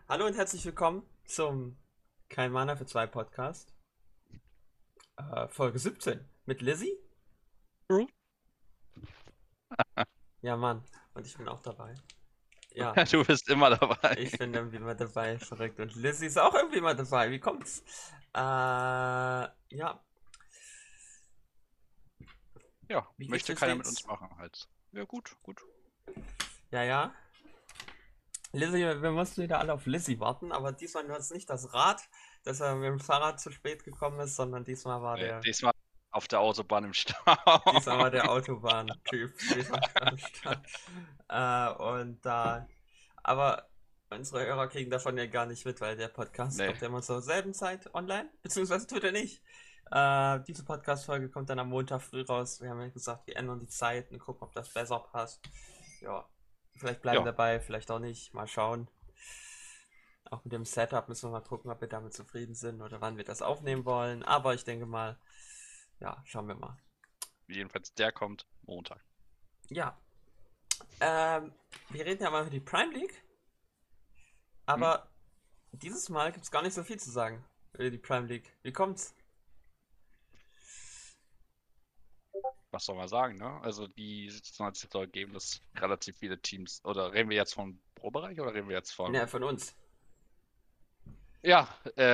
Hallo und herzlich willkommen zum Kein Mana für zwei Podcast, Folge 17 mit Lizzie. True. Ja, Mann, und ich bin auch dabei. Ja, Du bist immer dabei. ich bin irgendwie immer dabei, verrückt. Und Lizzie ist auch irgendwie immer dabei. Wie kommt's? Ja, Ja, wie geht's möchte dir keiner mit uns stets? machen halt. Ja, gut, gut. Ja, ja. Lizzie, wir mussten wieder alle auf Lizzie warten, aber diesmal war es nicht das Rad, dass er mit dem Fahrrad zu spät gekommen ist, sondern diesmal war Nee, der diesmal auf der Autobahn im Stau. Diesmal war der Autobahntyp wieder am Start. Und da, aber unsere Hörer kriegen davon ja gar nicht mit, weil der Podcast Nee, kommt ja immer zur selben Zeit online, beziehungsweise tut er nicht. Diese Podcast-Folge kommt dann am Montag früh raus. Wir haben ja gesagt, wir ändern die Zeiten, gucken, ob das besser passt. Ja, vielleicht bleiben ja, dabei, vielleicht auch nicht. Mal schauen. Auch mit dem Setup müssen wir mal gucken, ob wir damit zufrieden sind oder wann wir das aufnehmen wollen. Aber ich denke mal, ja, schauen wir mal. jedenfalls der kommt Montag. Ja, wir reden ja mal über die Prime League, Hm? aber dieses Mal gibt es gar nicht so viel zu sagen über die Prime League. Wie kommt's? Was soll man sagen, ne? Also die Situation hat sich jetzt so ergeben, dass relativ viele Teams, oder reden wir jetzt vom Pro-Bereich oder reden wir jetzt Ja, von... von uns. Ja,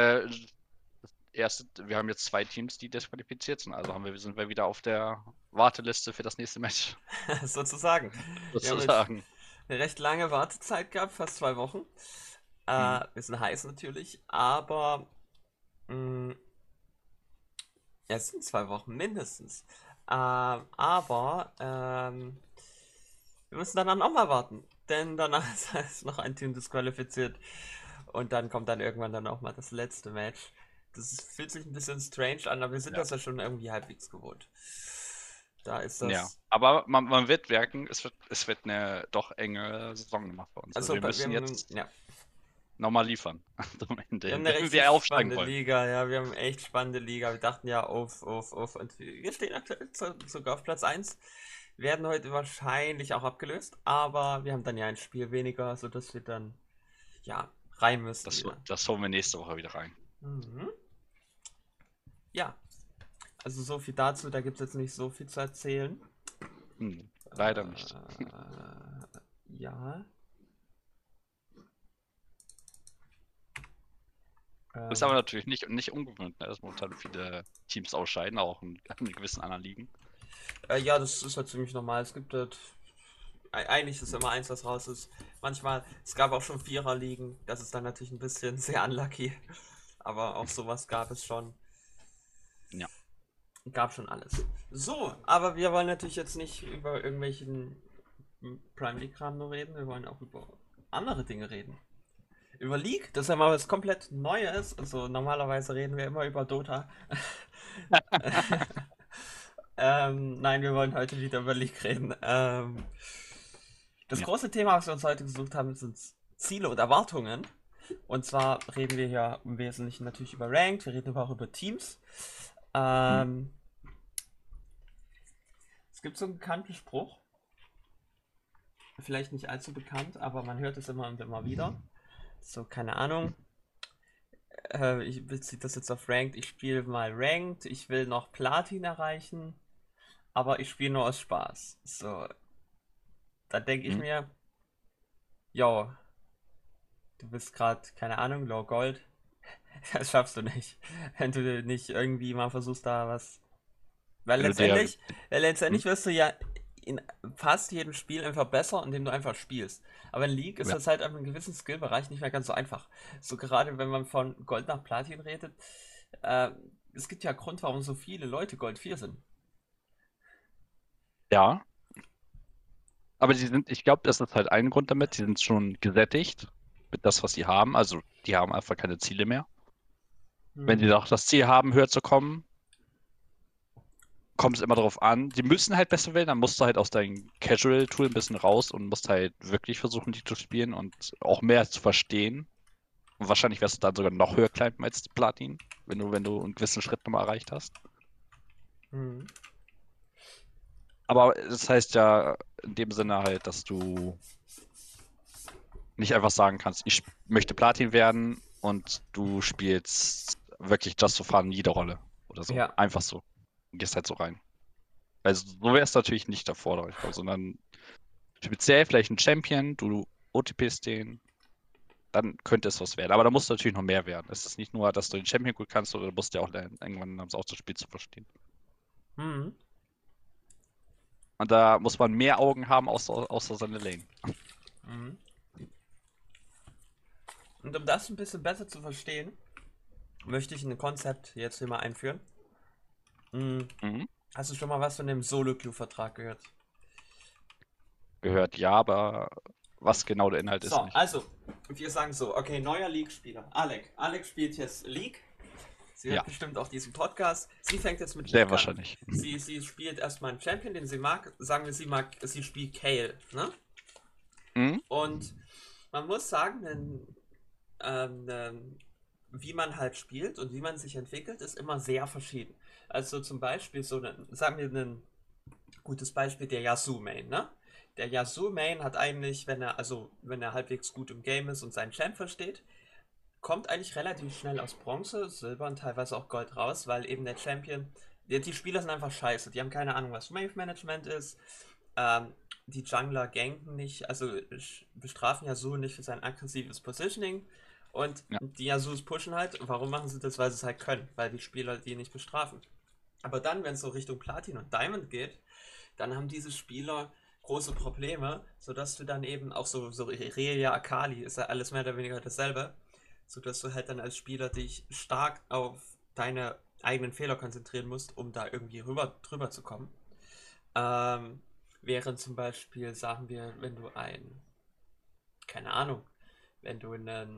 wir haben jetzt zwei Teams, die disqualifiziert sind. Also sind wir wieder auf der Warteliste für das nächste Match, Sozusagen. Wir haben jetzt sozusagen. eine recht lange Wartezeit gehabt, fast 2 Wochen. Hm. Wir sind heiß natürlich, aber mh, ja, es sind 2 Wochen mindestens. Aber wir müssen dann auch mal warten, denn danach ist noch ein Team disqualifiziert. Und dann kommt dann irgendwann dann auch mal das letzte Match. Fühlt sich ein bisschen strange an, aber wir sind Ja. das ja schon irgendwie halbwegs gewohnt. Da ist Ja, das. aber man wird merken, es wird eine doch enge Saison nochmal für uns. Also Also wir wir müssen haben, jetzt ja, nochmal liefern zum Ende wir haben hin, eine wenn wir richtig aufsteigen spannende wollen. Liga, ja, wir haben eine echt spannende Liga. Wir dachten ja auf. Und wir stehen aktuell sogar auf Platz 1. Werden heute wahrscheinlich auch abgelöst, aber wir haben dann ja ein Spiel weniger, sodass wir dann, ja, rein müssen Das, wieder. das holen wir nächste Woche wieder rein. Mhm. Ja, also so viel dazu, da gibt es jetzt nicht so viel zu erzählen. Leider nicht. Ja. Ist Ähm, aber natürlich nicht ungewöhnlich, ne, dass momentan viele Teams ausscheiden, auch in gewissen anderen Ligen. ja, das ist halt ziemlich normal. Es gibt halt. Eigentlich ist immer eins, was raus ist. Manchmal, es gab auch schon Vierer-Ligen. Das ist dann natürlich ein bisschen sehr unlucky. Aber auch sowas gab es schon. Ja. Gab schon alles. So, aber wir wollen natürlich jetzt nicht über irgendwelchen Prime League-Kram nur reden. Wir wollen auch über andere Dinge reden. Über League, das ist ja mal was komplett Neues. Also normalerweise reden wir immer über Dota. Nein, wir wollen heute wieder über League reden. Das Ja. große Thema, was wir uns heute gesucht haben, sind Ziele und Erwartungen. Und zwar reden wir hier im Wesentlichen natürlich über Ranked, wir reden aber auch über Teams. Hm. Ähm, Es gibt so einen bekannten Spruch, vielleicht nicht allzu bekannt, aber man hört es immer und immer wieder. So, keine Ahnung. Ich beziehe das jetzt auf Ranked. Ich spiele mal Ranked, ich will noch Platin erreichen, aber ich spiele nur aus Spaß. So, da denke ich Hm. mir, yo, du bist gerade, keine Ahnung, Low Gold. Das schaffst du nicht. Wenn du nicht irgendwie mal versuchst, da was. Weil Wenn du dir, letztendlich, hm? wirst du ja in fast jedem Spiel einfach besser, indem du einfach spielst. Aber in League ist Ja. das halt auf einem gewissen Skillbereich nicht mehr ganz so einfach. So gerade wenn man von Gold nach Platin redet, äh, es gibt ja einen Grund, warum so viele Leute Gold 4 sind. Ja, aber ich glaube, das ist halt ein Grund damit, die sind schon gesättigt mit das, was sie haben. Also die haben einfach keine Ziele mehr. Wenn Hm. die doch das Ziel haben, höher zu kommen, kommt es immer darauf an. Die müssen halt besser werden, dann musst du halt aus deinem Casual-Tool ein bisschen raus und musst halt wirklich versuchen, die zu spielen und auch mehr zu verstehen. Und wahrscheinlich wirst du dann sogar noch höher climben als Platin, wenn du einen gewissen Schritt nochmal erreicht hast. Hm. Aber das heißt ja in dem Sinne halt, dass du nicht einfach sagen kannst, ich möchte Platin werden und du spielst wirklich Just for Fun jede Rolle oder so. Ja. Einfach so. Und gehst halt so rein. Also so wäre es natürlich nicht erforderlich, sondern speziell vielleicht ein Champion, du OTPst den, dann könnte es was werden. Aber da musst du natürlich noch mehr werden. Es ist nicht nur, dass du den Champion gut kannst, sondern du musst ja auch lernen, irgendwann auch das Spiel zu verstehen. Mhm. Und da muss man mehr Augen haben, außer seine Lane. Mhm. Und um das ein bisschen besser zu verstehen, möchte ich ein Konzept jetzt hier mal einführen. Mhm. Mhm. Hast du schon mal was von dem Solo-Queue-Vertrag gehört? Gehört ja, aber was genau der Inhalt ist So, nicht. also, wir sagen so, okay, neuer League-Spieler. Alec. Alec spielt jetzt League. Sie hört Ja, bestimmt auch diesen Podcast. Sie fängt jetzt mit sehr League an. wahrscheinlich. Sie spielt erstmal einen Champion, den sie mag. Sagen wir, sie spielt Kayle, ne? Mhm. Und man muss sagen, wie man halt spielt und wie man sich entwickelt, ist immer sehr verschieden. Also zum Beispiel sagen wir ein gutes Beispiel, der Yasuo Main, ne? Der Yasuo Main hat eigentlich, wenn er halbwegs gut im Game ist und seinen Champ versteht, kommt eigentlich relativ schnell aus Bronze, Silber und teilweise auch Gold raus, weil eben der Champion, die Spieler sind einfach scheiße, die haben keine Ahnung, was Wave Management ist, die Jungler ganken nicht, also bestrafen Yasuo nicht für sein aggressives Positioning und Ja. die Yasuos pushen halt. Warum machen sie das? Weil sie es halt können, weil die Spieler die nicht bestrafen. Aber dann, wenn es so Richtung Platin und Diamond geht, dann haben diese Spieler große Probleme, sodass du dann eben auch so Irelia, Akali, ist ja alles mehr oder weniger dasselbe, sodass du halt dann als Spieler dich stark auf deine eigenen Fehler konzentrieren musst, um da irgendwie drüber zu kommen. Ähm, während zum Beispiel, sagen wir, wenn du keine Ahnung, wenn du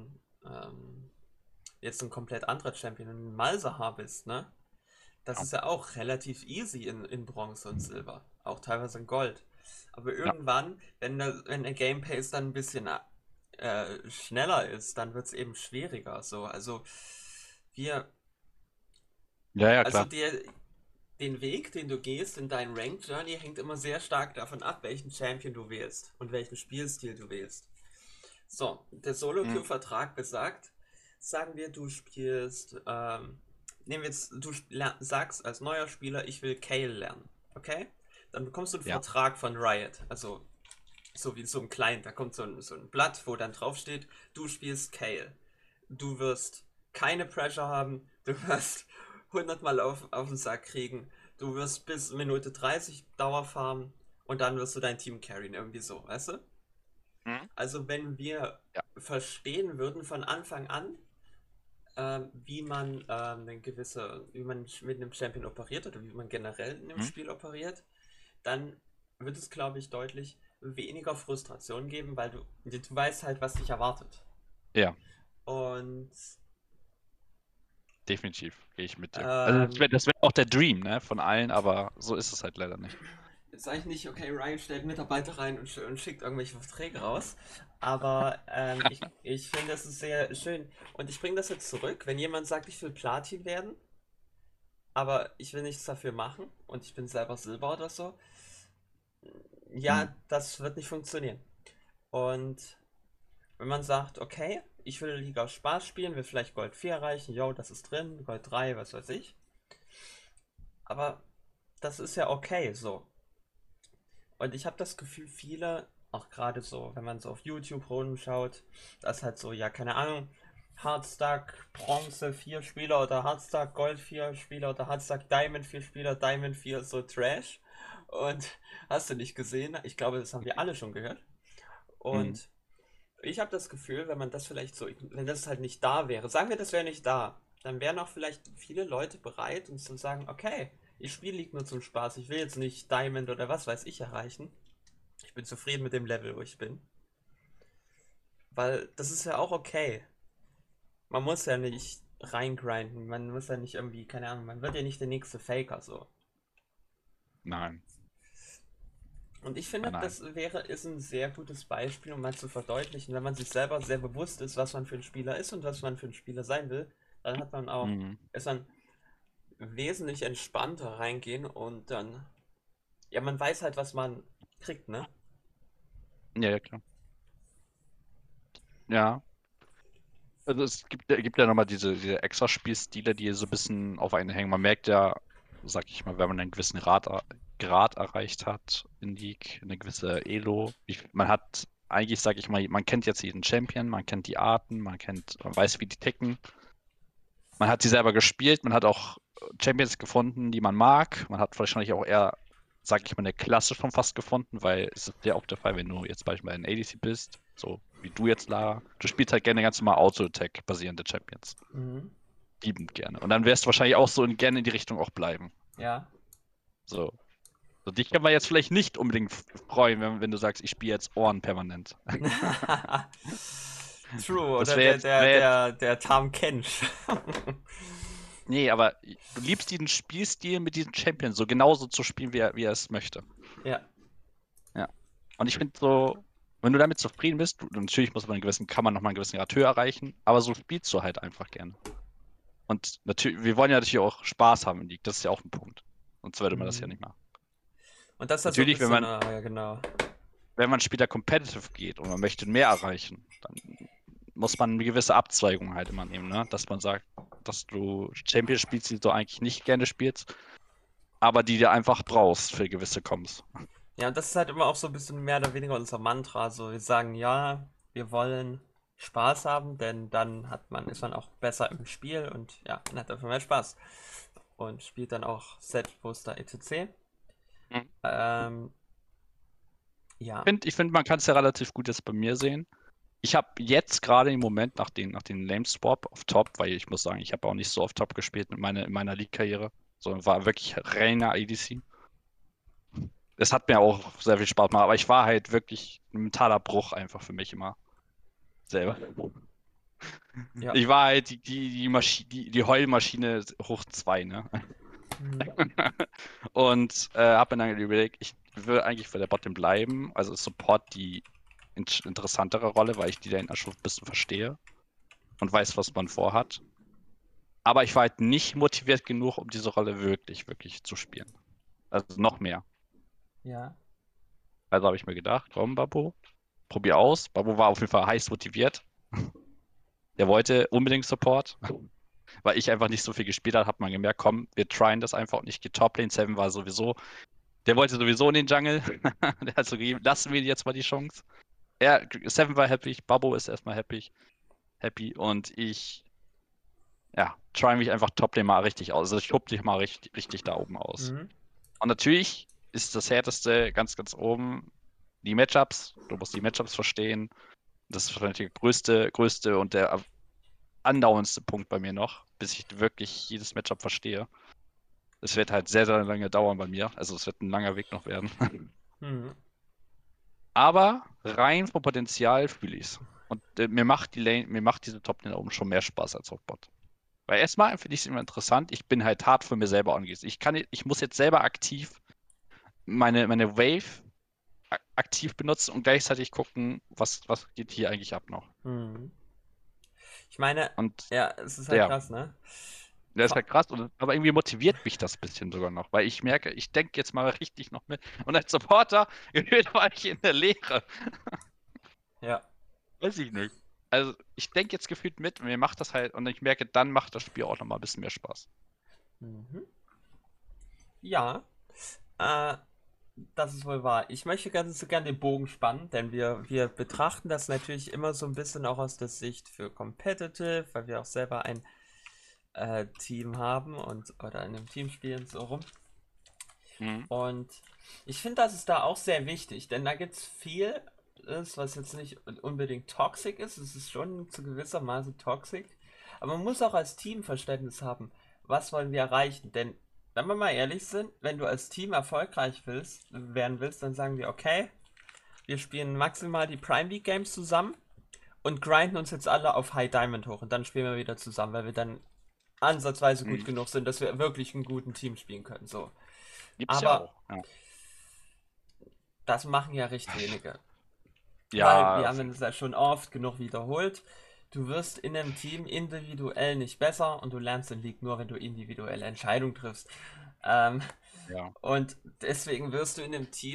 jetzt ein komplett anderer Champion, ein Malzahar bist, ne? Das Ja. ist ja auch relativ easy in Bronze und Silber, auch teilweise in Gold. Aber Ja. irgendwann, wenn der Game Pace dann ein bisschen schneller ist, dann wird es eben schwieriger. So, also wir, Ja, ja, also klar. den Weg, den du gehst in deinen Ranked Journey, hängt immer sehr stark davon ab, welchen Champion du wählst und welchen Spielstil du wählst. So, der Mhm. Solo-Queue-Vertrag besagt, sagen wir, du spielst, nehmen wir jetzt, sagst als neuer Spieler, ich will Kayle lernen, okay? Dann bekommst du einen Ja. Vertrag von Riot, also so wie so ein Client, da kommt so ein Blatt, wo dann draufsteht, du spielst Kayle. Du wirst keine Pressure haben, du wirst 100 Mal auf den Sack kriegen, du wirst bis Minute 30 Dauer farmen und dann wirst du dein Team carryen, irgendwie so, weißt du? Mhm. Also wenn wir Ja. verstehen würden von Anfang an, wie man mit einem Champion operiert oder wie man generell in einem Mhm. Spiel operiert, dann wird es, glaube ich, deutlich weniger Frustration geben, weil du weißt halt, was dich erwartet. Ja, Und definitiv gehe ich mit dir. Also ähm, das wär auch der Dream, ne, von allen, aber so ist es halt leider nicht. jetzt sage ich nicht, okay, Ryan stellt Mitarbeiter rein und schickt irgendwelche Verträge raus, aber ich finde, das ist sehr schön. Und ich bringe das jetzt zurück, wenn jemand sagt, ich will Platin werden, aber ich will nichts dafür machen und ich bin selber Silber oder so, Mhm. ja, das wird nicht funktionieren. Und wenn man sagt, okay, ich will Liga aus Spaß spielen, will vielleicht Gold 4 erreichen, yo, das ist drin, Gold 3, was weiß ich, aber das ist ja okay so. Und ich habe das Gefühl, viele, auch gerade so, wenn man so auf YouTube rumschaut, das ist halt so, ja, keine Ahnung, Hardstack Bronze 4 Spieler oder Hardstack Gold 4 Spieler oder Hardstack Diamond 4 Spieler, Diamond 4 so Trash. Und hast du nicht gesehen? Ich glaube, das haben wir alle schon gehört. Mhm. Und ich habe das Gefühl, wenn man das vielleicht so, wenn das halt nicht da wäre, sagen wir, das wäre nicht da, dann wären auch vielleicht viele Leute bereit, uns zu sagen, okay, ich spiele League nur zum Spaß, ich will jetzt nicht Diamond oder was weiß ich erreichen. Ich bin zufrieden mit dem Level, wo ich bin. Weil das ist ja auch okay. Man muss ja nicht reingrinden, man muss ja nicht irgendwie, keine Ahnung, man wird ja nicht der nächste Faker so. Nein, Und ich nein, finde, nein. ist ein sehr gutes Beispiel, um mal zu verdeutlichen, wenn man sich selber sehr bewusst ist, was man für ein Spieler ist und was man für ein Spieler sein will, dann Mhm. ist man wesentlich entspannter reingehen und dann, ja, man weiß halt, was man kriegt, ne? Ja, ja, klar. Ja. Also es gibt ja nochmal diese Extra-Spielstile, die so ein bisschen auf einen hängen. Man merkt ja, sag ich mal, wenn man einen gewissen Grad erreicht hat in League, eine gewisse Elo. Man hat eigentlich, sag ich mal, man kennt jetzt jeden Champion, man kennt die Arten, man weiß, wie die ticken. Man hat sie selber gespielt, man hat auch Champions gefunden, die man mag. Man hat wahrscheinlich auch eher, sag ich mal, eine Klasse schon fast gefunden, weil es ist sehr oft der Fall, wenn du jetzt beispielsweise ein ADC bist, so wie du jetzt, Lara, du spielst halt gerne ganz normal Auto-Attack-basierende Champions. Mhm. Liebend gerne. Und dann wirst du wahrscheinlich auch so gerne in die Richtung auch bleiben. Ja. So. So dich kann man jetzt vielleicht nicht unbedingt freuen, wenn du sagst, ich spiele jetzt Ohren permanent. True, Das oder wäre der, jetzt, der, wär jetzt der, der Tahm Kench. Nee, aber du liebst diesen Spielstil mit diesem Champion so genauso zu spielen, wie er es möchte. Ja. Ja. Und ich finde so, wenn du damit zufrieden bist, natürlich kann man noch mal einen gewissen Grad höher erreichen, aber so spielst du halt einfach gerne. Und natürlich, wir wollen ja natürlich auch Spaß haben in League, das ist ja auch ein Punkt. Sonst würde man das ja Mhm. nicht machen. Und das ist so ein Natürlich, bisschen, ja, genau. wenn man später competitive geht und man möchte mehr erreichen, dann muss man eine gewisse Abzweigung halt immer nehmen, ne? Dass man sagt, dass du Champions spielst, die du eigentlich nicht gerne spielst, aber die du einfach brauchst für gewisse Comms. Ja, und das ist halt immer auch so ein bisschen mehr oder weniger unser Mantra. So, wir sagen, ja, wir wollen Spaß haben, denn dann ist man auch besser im Spiel und ja, man hat dafür mehr Spaß. Und spielt dann auch selbstbewusster etc. Mhm. Ähm, ja. Ich find, man kann es ja relativ gut jetzt bei mir sehen. Ich habe jetzt gerade im Moment nach den Lane Swap auf Top, weil ich muss sagen, ich habe auch nicht so auf Top gespielt in meiner League-Karriere, sondern war wirklich reiner ADC. Es hat mir auch sehr viel Spaß gemacht, aber ich war halt wirklich ein mentaler Bruch einfach für mich immer selber. Ja. Ich war halt die Heulmaschine hoch 2, ne? Mhm. Und habe mir dann überlegt, ich will eigentlich für der Bottom bleiben, also Support die interessantere Rolle, weil ich die Lane schon ein bisschen verstehe und weiß, was man vorhat. Aber ich war halt nicht motiviert genug, um diese Rolle wirklich, wirklich zu spielen. Also noch mehr. Ja. Also habe ich mir gedacht, komm, Babu, probier aus. Babu war auf jeden Fall heiß motiviert. Der wollte unbedingt Support, weil ich einfach nicht so viel gespielt habe, hat man gemerkt, komm, wir tryen das einfach und nicht Top Lane. Seven war sowieso, der wollte sowieso in den Jungle. Der hat so gegeben, lassen wir jetzt mal die Chance. Seven war happy, Babu ist erstmal happy und ich, ja, try mich einfach Top Lane mal richtig aus. Also ich tob dich mal richtig, richtig da oben aus. Mhm. Und natürlich ist das Härteste ganz, ganz oben die Matchups. Du musst die Matchups verstehen. Das ist wahrscheinlich der größte und der andauerndste Punkt bei mir noch, bis ich wirklich jedes Matchup verstehe. Es wird halt sehr, sehr lange dauern bei mir. Also es wird ein langer Weg noch werden. Mhm. Aber rein vom Potenzial fühle ich es. Und mir macht diese Top Lane oben schon mehr Spaß als auf Bot. Weil erstmal finde ich es immer interessant. Ich bin halt hart für mir selber angesetzt. Ich muss jetzt selber aktiv meine Wave aktiv benutzen und gleichzeitig gucken, was geht hier eigentlich ab noch. Mhm. Ich meine, Und ja, es ist halt ja, krass, ne? das ist Vor- halt krass, aber irgendwie motiviert mich das bisschen sogar noch, weil ich merke, ich denke jetzt mal richtig noch mit. Und als Supporter war ich in der Lehre. Ja. Weiß ich nicht. Also ich denke jetzt gefühlt mit, mir macht das halt, und ich merke, dann macht das Spiel auch nochmal ein bisschen mehr Spaß. Mhm. Ja. Äh, Das ist wohl wahr. Ich möchte ganz so gern den Bogen spannen, denn wir betrachten das natürlich immer so ein bisschen auch aus der Sicht für Competitive, weil wir auch selber ein Team haben und oder in einem Team spielen, so rum. Mhm. Und ich finde, das ist da auch sehr wichtig, denn da gibt es viel, was jetzt nicht unbedingt toxic ist. Es ist schon zu gewisser Maße toxic. Aber man muss auch als Team Verständnis haben, was wollen wir erreichen. Denn, wenn wir mal ehrlich sind, wenn du als Team erfolgreich werden willst, dann sagen wir, okay, wir spielen maximal die Prime League Games zusammen und grinden uns jetzt alle auf High Diamond hoch. Und dann spielen wir wieder zusammen, weil wir dann ansatzweise gut Mhm. genug sind, dass wir wirklich einen guten Team spielen können. So. Gibt's ja Aber auch. Ja, das machen ja recht wenige. Weil ja wir auf haben jeden es Fall. ja schon oft genug wiederholt. Du wirst in einem Team individuell nicht besser und du lernst in League nur, wenn du individuelle Entscheidungen triffst. Ähm, Ja. und deswegen wirst du in einem Team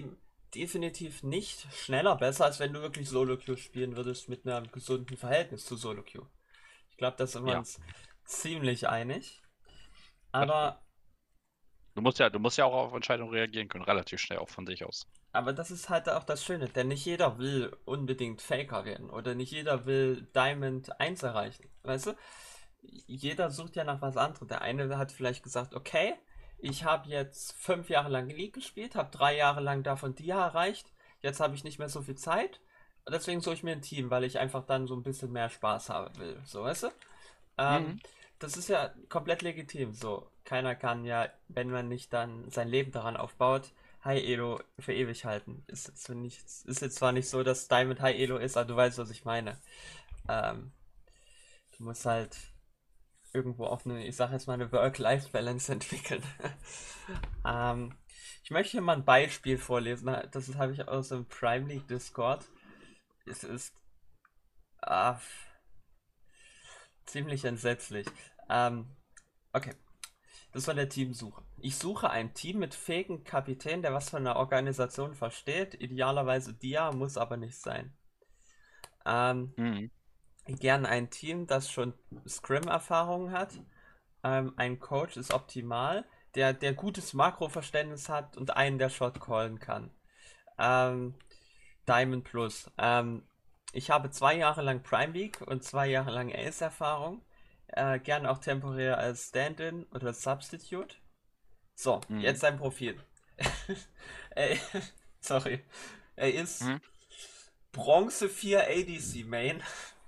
definitiv nicht schneller besser, als wenn du wirklich Solo-Queue spielen würdest mit einem gesunden Verhältnis zu Solo-Queue. Ich glaube, da sind wir Ja, uns ziemlich einig. das stimmt. Aber, Du musst ja auch auf Entscheidungen reagieren können, relativ schnell auch von sich aus. aber das ist halt auch das Schöne, denn nicht jeder will unbedingt Faker werden oder nicht jeder will Diamond 1 erreichen. Weißt du? Jeder sucht ja nach was anderem. Der eine hat vielleicht gesagt, okay, ich habe jetzt 5 Jahre lang League gespielt, habe 3 Jahre lang davon Dia erreicht, jetzt habe ich nicht mehr so viel Zeit. Deswegen suche ich mir ein Team, weil ich einfach dann so ein bisschen mehr Spaß haben will. So, weißt du? Ähm, Mhm. Das ist ja komplett legitim. So, keiner kann ja, wenn man nicht dann sein Leben daran aufbaut, High Elo für ewig halten. Ist jetzt zwar nicht so, dass Diamond High Elo ist, aber du weißt, was ich meine. Ähm, Du musst halt irgendwo auch eine, ich sage jetzt mal, eine Work-Life-Balance entwickeln. ähm, Ich möchte hier mal ein Beispiel vorlesen. Das habe ich aus dem Prime League Discord. Es ist ah, ziemlich entsetzlich. Ähm, okay, das war der Teamsuche. Ich suche ein Team mit fähigen Kapitän, der was von der Organisation versteht. Idealerweise Dia, muss aber nicht sein. Ähm, Mhm. Gern ein Team, das schon Scrim-Erfahrung hat. Ein Coach ist optimal, der gutes Makroverständnis hat und einen, der Shot callen kann. Ähm, Diamond Plus. Ich habe 2 Jahre lang Prime League und 2 Jahre lang Ace-Erfahrung. Gern auch temporär als Stand-in oder Substitute. So, Mhm. jetzt sein Profil. er, sorry. Er ist Mhm. Bronze 4 ADC Main.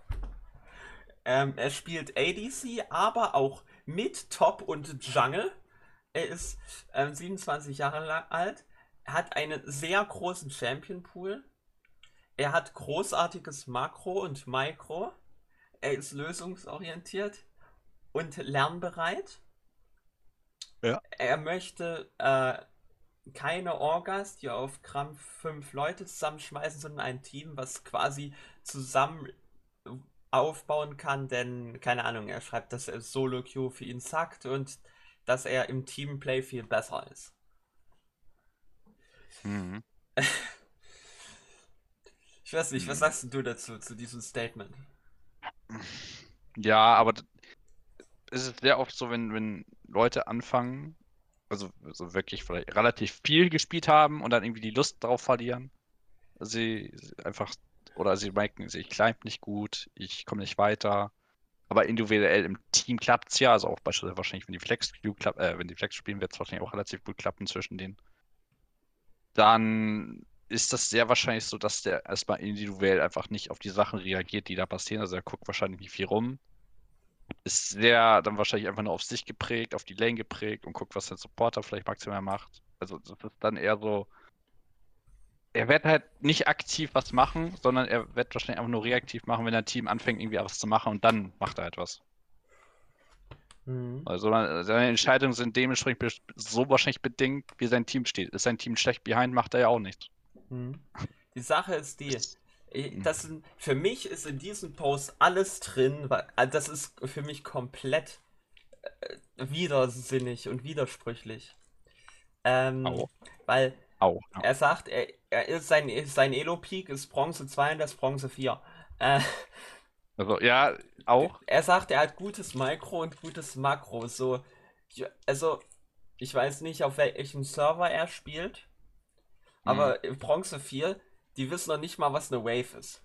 Er spielt ADC, aber auch mit Top und Jungle. Er ist 27 Jahre alt. Er hat einen sehr großen Champion Pool. Er hat großartiges Makro und Mikro. Er ist lösungsorientiert und lernbereit. Ja. Er möchte keine Orgas, die auf Krampf 5 Leute zusammenschmeißen, sondern ein Team, was quasi zusammen aufbauen kann, denn, keine Ahnung, er schreibt, dass er Solo-Queue für ihn sackt und dass er im Teamplay viel besser ist. Mhm. Ich weiß nicht, was Mhm. sagst du dazu, zu diesem Statement? Ja, aber es ist sehr oft so, wenn Leute anfangen, also wirklich vielleicht relativ viel gespielt haben und dann irgendwie die Lust drauf verlieren. Sie einfach, oder sie merken, ich climb nicht gut, ich komme nicht weiter. Aber individuell im Team klappt's ja, also auch beispielsweise wahrscheinlich, wenn die Flex spielen, wird es wahrscheinlich auch relativ gut klappen zwischen denen. Dann ist das sehr wahrscheinlich so, dass der erstmal individuell einfach nicht auf die Sachen reagiert, die da passieren. Also er guckt wahrscheinlich nicht viel rum. Ist sehr dann wahrscheinlich einfach nur auf sich geprägt, auf die Lane geprägt und guckt, was sein Supporter vielleicht maximal macht. Also das ist dann eher so, er wird halt nicht aktiv was machen, sondern er wird wahrscheinlich einfach nur reaktiv machen, wenn ein Team anfängt, irgendwie was zu machen und dann macht er etwas. Mhm. Also seine Entscheidungen sind dementsprechend so wahrscheinlich bedingt, wie sein Team steht. Ist sein Team schlecht behind, macht er ja auch nichts. Mhm. Die Sache ist die, Das, für mich ist in diesem Post alles drin, weil das ist für mich komplett widersinnig und widersprüchlich. Ähm, auch, Weil auch, ja. er sagt, er ist sein Elo-Peak ist Bronze 2 und das Bronze 4. Äh, Also, ja, auch. Er sagt, er hat gutes Mikro und gutes Makro. So, also, ich weiß nicht, auf welchem Server er spielt, Mhm. aber Bronze 4, die wissen noch nicht mal, was eine Wave ist.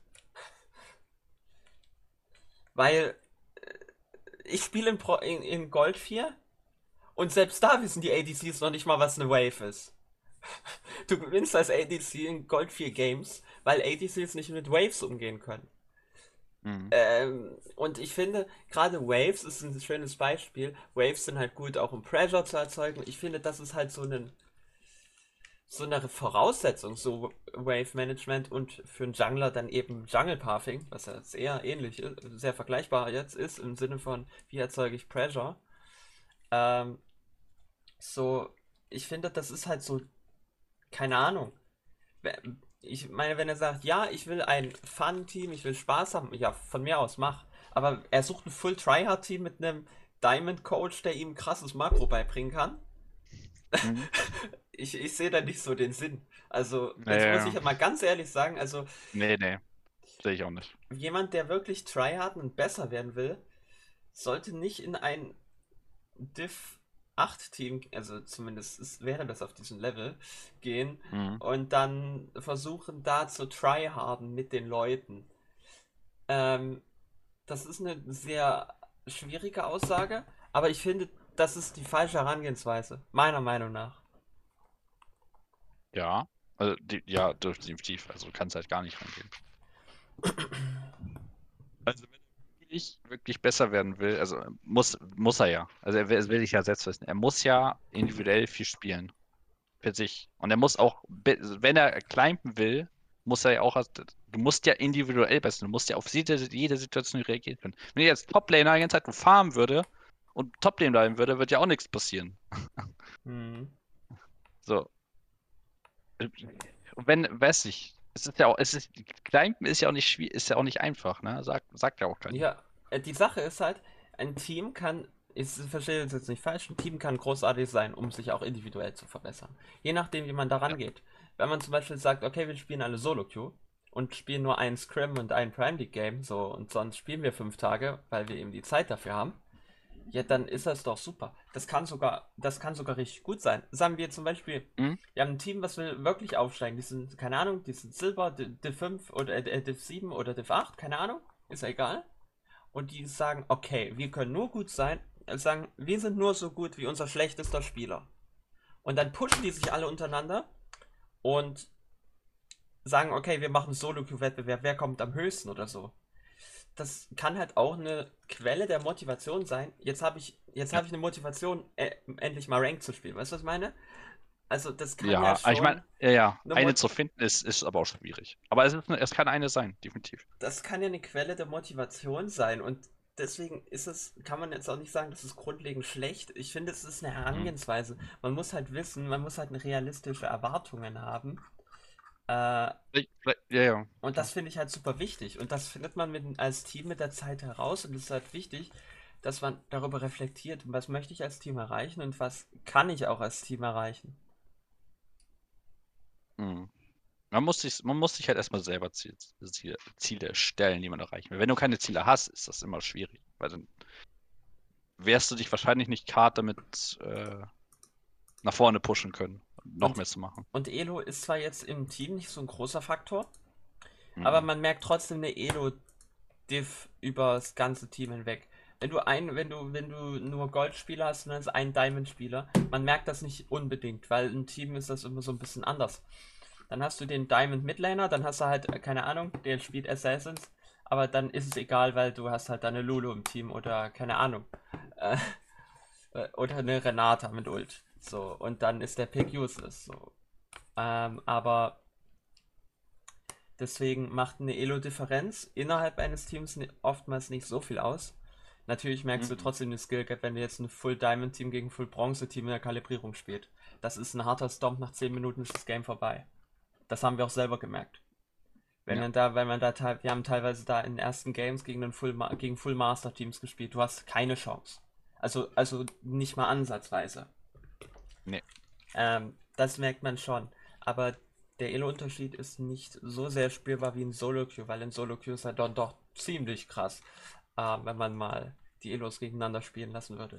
Weil ich spiele in Gold 4 und selbst da wissen die ADCs noch nicht mal, was eine Wave ist. Du gewinnst als ADC in Gold 4 Games, weil ADCs nicht mit Waves umgehen können. Mhm. Und ich finde, gerade Waves ist ein schönes Beispiel. Waves sind halt gut, auch um Pressure zu erzeugen. Ich finde, das ist halt so eine Voraussetzung, so Wave Management und für einen Jungler dann eben Jungle Pathing, was ja sehr ähnlich ist, sehr vergleichbar jetzt ist, im Sinne von, wie erzeuge ich Pressure. Ähm, so, ich finde, das ist halt so, keine Ahnung. Ich meine, wenn er sagt, ja, ich will ein Fun-Team, ich will Spaß haben, ja, von mir aus, mach. Aber er sucht ein Full-Tryhard-Team mit einem Diamond-Coach, der ihm krasses Makro beibringen kann. Mhm. ich sehe da nicht so den Sinn. Also, jetzt muss Nee, ich mal ganz ehrlich sagen, also nee, sehe ich auch nicht. jemand, der wirklich tryharden und besser werden will, sollte nicht in ein Div 8 Team, also zumindest wäre das auf diesem Level, gehen Mhm. und dann versuchen da zu tryharden mit den Leuten. Ähm, Das ist eine sehr schwierige Aussage, aber ich finde, das ist die falsche Herangehensweise, meiner Meinung nach. Ja, also ja, definitiv. Also kannst halt gar nicht rangehen. Also wenn er wirklich besser werden will, also muss er ja. Also das will ich ja selbst wissen. Er muss ja individuell viel spielen für sich. Und er muss auch, wenn er climben will, muss er ja auch, du musst ja individuell besser, du musst ja auf jede Situation reagieren können. Wenn ich jetzt Toplaner die ganze Zeit nur farmen würde und Toplane bleiben würde, wird ja auch nichts passieren. Hm. So. Und wenn, weiß ich, es ist ja auch, climben ist ja auch nicht schwierig, ist ja auch nicht einfach, ne? Sagt ja auch keiner. Ja, die Sache ist halt, ein Team kann, ich verstehe das jetzt nicht falsch, ein Team kann großartig sein, um sich auch individuell zu verbessern. Je nachdem, wie man daran Ja. geht. Wenn man zum Beispiel sagt, okay, wir spielen alle Solo-Queue und spielen nur ein Scrim und ein Prime League Game, so, und sonst spielen wir 5 Tage, weil wir eben die Zeit dafür haben, ja, dann ist das doch super. Das kann sogar richtig gut sein. Sagen wir zum Beispiel, Hm? wir haben ein Team, was will wirklich aufsteigen. Die sind, keine Ahnung, die sind Silber, Div 5 oder Div 7 oder Div 8, keine Ahnung, ist ja egal. Und die sagen, okay, wir können nur gut sein, sagen, wir sind nur so gut wie unser schlechtester Spieler. Und dann pushen die sich alle untereinander und sagen, okay, wir machen Solo-Queue-Wettbewerb, wer kommt am höchsten oder so. Das kann halt auch eine Quelle der Motivation sein. Jetzt Ja. habe ich eine Motivation, endlich mal Ranked zu spielen. Weißt du, was ich meine? Also das kann ja Ja, ich meine, schon ja, eine eine Mot zu finden ist aber auch schwierig. Aber es kann eine sein, definitiv. das kann ja eine Quelle der Motivation sein und deswegen kann man jetzt auch nicht sagen, das ist grundlegend schlecht. Ich finde, es ist eine Hm. Herangehensweise. Man muss halt wissen, man muss halt eine realistische Erwartungen haben. Äh, Ja, ja, und klar. das finde ich halt super wichtig. Und das findet man als Team mit der Zeit heraus. Und es ist halt wichtig, dass man darüber reflektiert, was möchte ich als Team erreichen und was kann ich auch als Team erreichen. Hm. Man muss sich halt erstmal selber Ziele stellen, die man erreichen will. Wenn du keine Ziele hast, ist das immer schwierig. Weil dann wirst du dich wahrscheinlich nicht hart damit nach vorne pushen können, noch Und, mehr zu machen. und Elo ist zwar jetzt im Team nicht so ein großer Faktor, aber Mhm. man merkt trotzdem eine Elo-Diff über das ganze Team hinweg. Wenn du nur Goldspieler hast und dann ist ein Diamond-Spieler, man merkt das nicht unbedingt, weil im Team ist das immer so ein bisschen anders. Dann hast du den Diamond Midlaner, dann hast du halt, keine Ahnung, der spielt Assassins, aber dann ist es egal, weil du hast halt deine Lulu im Team oder keine Ahnung. Äh, oder eine Renata mit Ult. So, und dann ist der Pick useless. So. Aber deswegen macht eine Elo-Differenz innerhalb eines Teams oftmals nicht so viel aus. Natürlich merkst du Mhm. trotzdem den Skill Gap, wenn du jetzt ein Full Diamond Team gegen Full Bronze Team in der Kalibrierung spielt. Das ist ein harter Stomp, nach 10 Minuten ist das Game vorbei. Das haben wir auch selber gemerkt. Ja. Wir haben teilweise da in den ersten Games gegen Full Master Teams gespielt. Du hast keine Chance. Also nicht mal ansatzweise. Nee. Das merkt man schon. Aber der Elo-Unterschied ist nicht so sehr spürbar wie in Solo-Queue, weil in Solo-Queue ist er dann doch ziemlich krass, wenn man mal die Elos gegeneinander spielen lassen würde.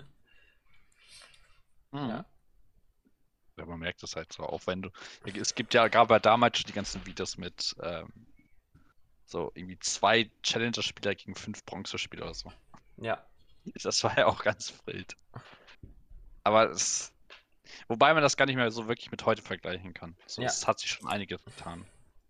Mhm. Ja. Ja, man merkt es halt so, auch wenn du. Es gibt ja gerade bei damals schon die ganzen Videos mit so irgendwie 2 Challenger-Spieler gegen 5 Bronze-Spieler oder so. Ja. Das war ja auch ganz wild. Aber wobei man das gar nicht mehr so wirklich mit heute vergleichen kann. So, Ja. es hat sich schon einiges getan.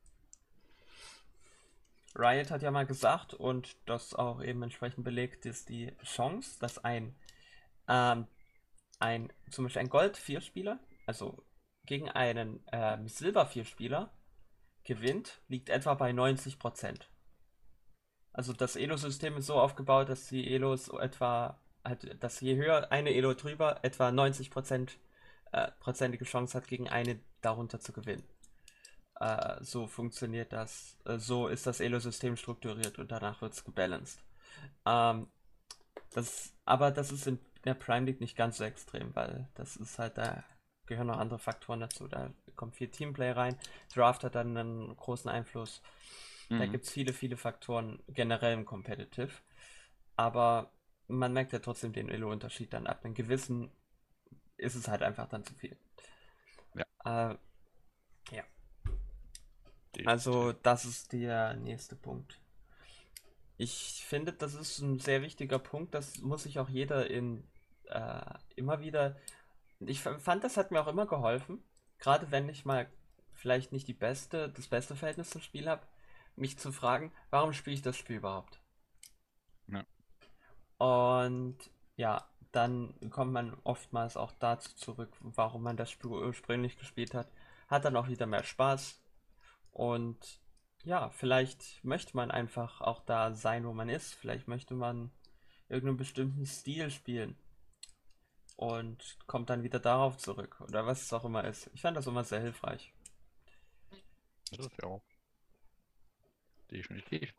Riot hat ja mal gesagt und das auch eben entsprechend belegt, ist die Chance, dass ähm, zum Beispiel ein Gold-4-Spieler, also gegen einen Silber-4-Spieler gewinnt, liegt etwa bei 90%. Also das Elo-System ist so aufgebaut, dass die Elos etwa, halt, dass je höher eine Elo drüber, etwa 90% prozentige Chance hat, gegen eine darunter zu gewinnen. So funktioniert das, so ist das Elo-System strukturiert und danach wird es gebalanced. Ähm, aber das ist in der Prime League nicht ganz so extrem, weil das ist halt da. gehören noch andere Faktoren dazu. Da kommt viel Teamplay rein. Draft hat dann einen großen Einfluss. Da Mhm. gibt es viele, viele Faktoren generell im Competitive. Aber man merkt ja trotzdem den Elo-Unterschied dann ab. Einem gewissen ist es halt einfach dann zu viel. Ja, Ja. definitiv. Also, das ist der nächste Punkt. Ich finde, das ist ein sehr wichtiger Punkt. Das muss sich auch jeder immer wieder. Fand, das hat mir auch immer geholfen. Gerade wenn ich mal vielleicht nicht das beste Verhältnis zum Spiel habe, mich zu fragen, warum spiele ich das Spiel überhaupt? Ja. Und ja, dann kommt man oftmals auch dazu zurück, warum man das Spiel ursprünglich gespielt hat. Hat dann auch wieder mehr Spaß. Und ja, vielleicht möchte man einfach auch da sein, wo man ist. Vielleicht möchte man irgendeinen bestimmten Stil spielen und kommt dann wieder darauf zurück. Oder was es auch immer ist. Ich fand das immer sehr hilfreich. Das ist ja auch definitiv.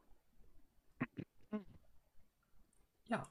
Ja,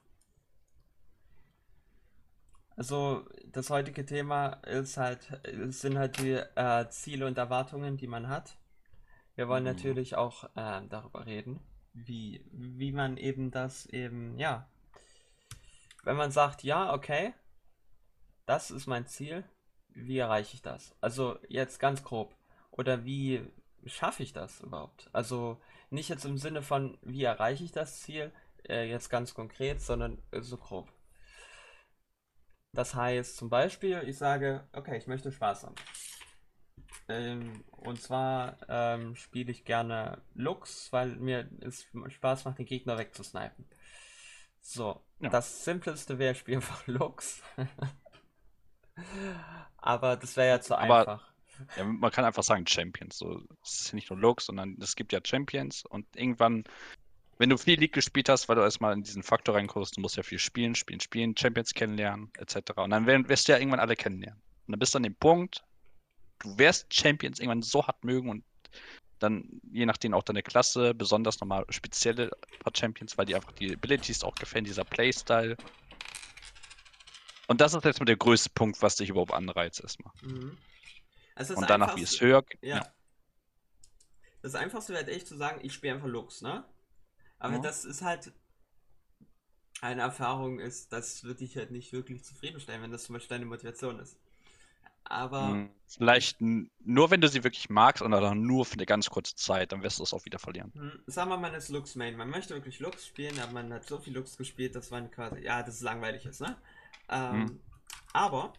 also das heutige Thema sind halt die Ziele und Erwartungen, die man hat. Wir wollen Mhm. natürlich auch darüber reden, wie man eben ja, wenn man sagt, ja, okay, das ist mein Ziel, wie erreiche ich das? Also jetzt ganz grob. Oder wie schaffe ich das überhaupt? Also nicht jetzt im Sinne von, wie erreiche ich das Ziel, jetzt ganz konkret, sondern so grob. Das heißt zum Beispiel, ich sage, okay, ich möchte Spaß haben. Und zwar spiele ich gerne Lux, weil mir es Spaß macht, den Gegner wegzusnipen. So, Ja. das Simpleste wäre, ich spiele einfach Lux. Aber das wäre ja zu Aber einfach. ja, man kann einfach sagen Champions. So, es ist nicht nur Lux, sondern es gibt ja Champions und irgendwann, wenn du viel League gespielt hast, weil du erstmal in diesen Faktor reinkommst, du musst ja viel spielen, spielen, spielen, Champions kennenlernen, etc. Und dann wirst du ja irgendwann alle kennenlernen. Und dann bist du an dem Punkt, du wirst Champions irgendwann so hart mögen und dann je nachdem auch deine Klasse, besonders nochmal spezielle paar Champions, weil die einfach die Abilities auch gefällt, dieser Playstyle. Und das ist jetzt mal der größte Punkt, was dich überhaupt anreizt erstmal. Mhm. Also das Und danach, wie Einfachste, es höher geht, ja. ja, das Einfachste wäre echt zu sagen, ich spiele einfach Lux, ne? Aber Mhm. das ist halt eine Erfahrung das wird dich halt nicht wirklich zufriedenstellen, wenn das zum Beispiel deine Motivation ist. Aber ich, Vielleicht nur, wenn du sie wirklich magst und dann nur für eine ganz kurze Zeit, dann wirst du es auch wieder verlieren. sagen wir mal, man ist Lux Main. Man möchte wirklich Lux spielen, aber man hat so viel Lux gespielt, dass man quasi, ja, das ist langweilig ist, ne? Mhm. Ähm, aber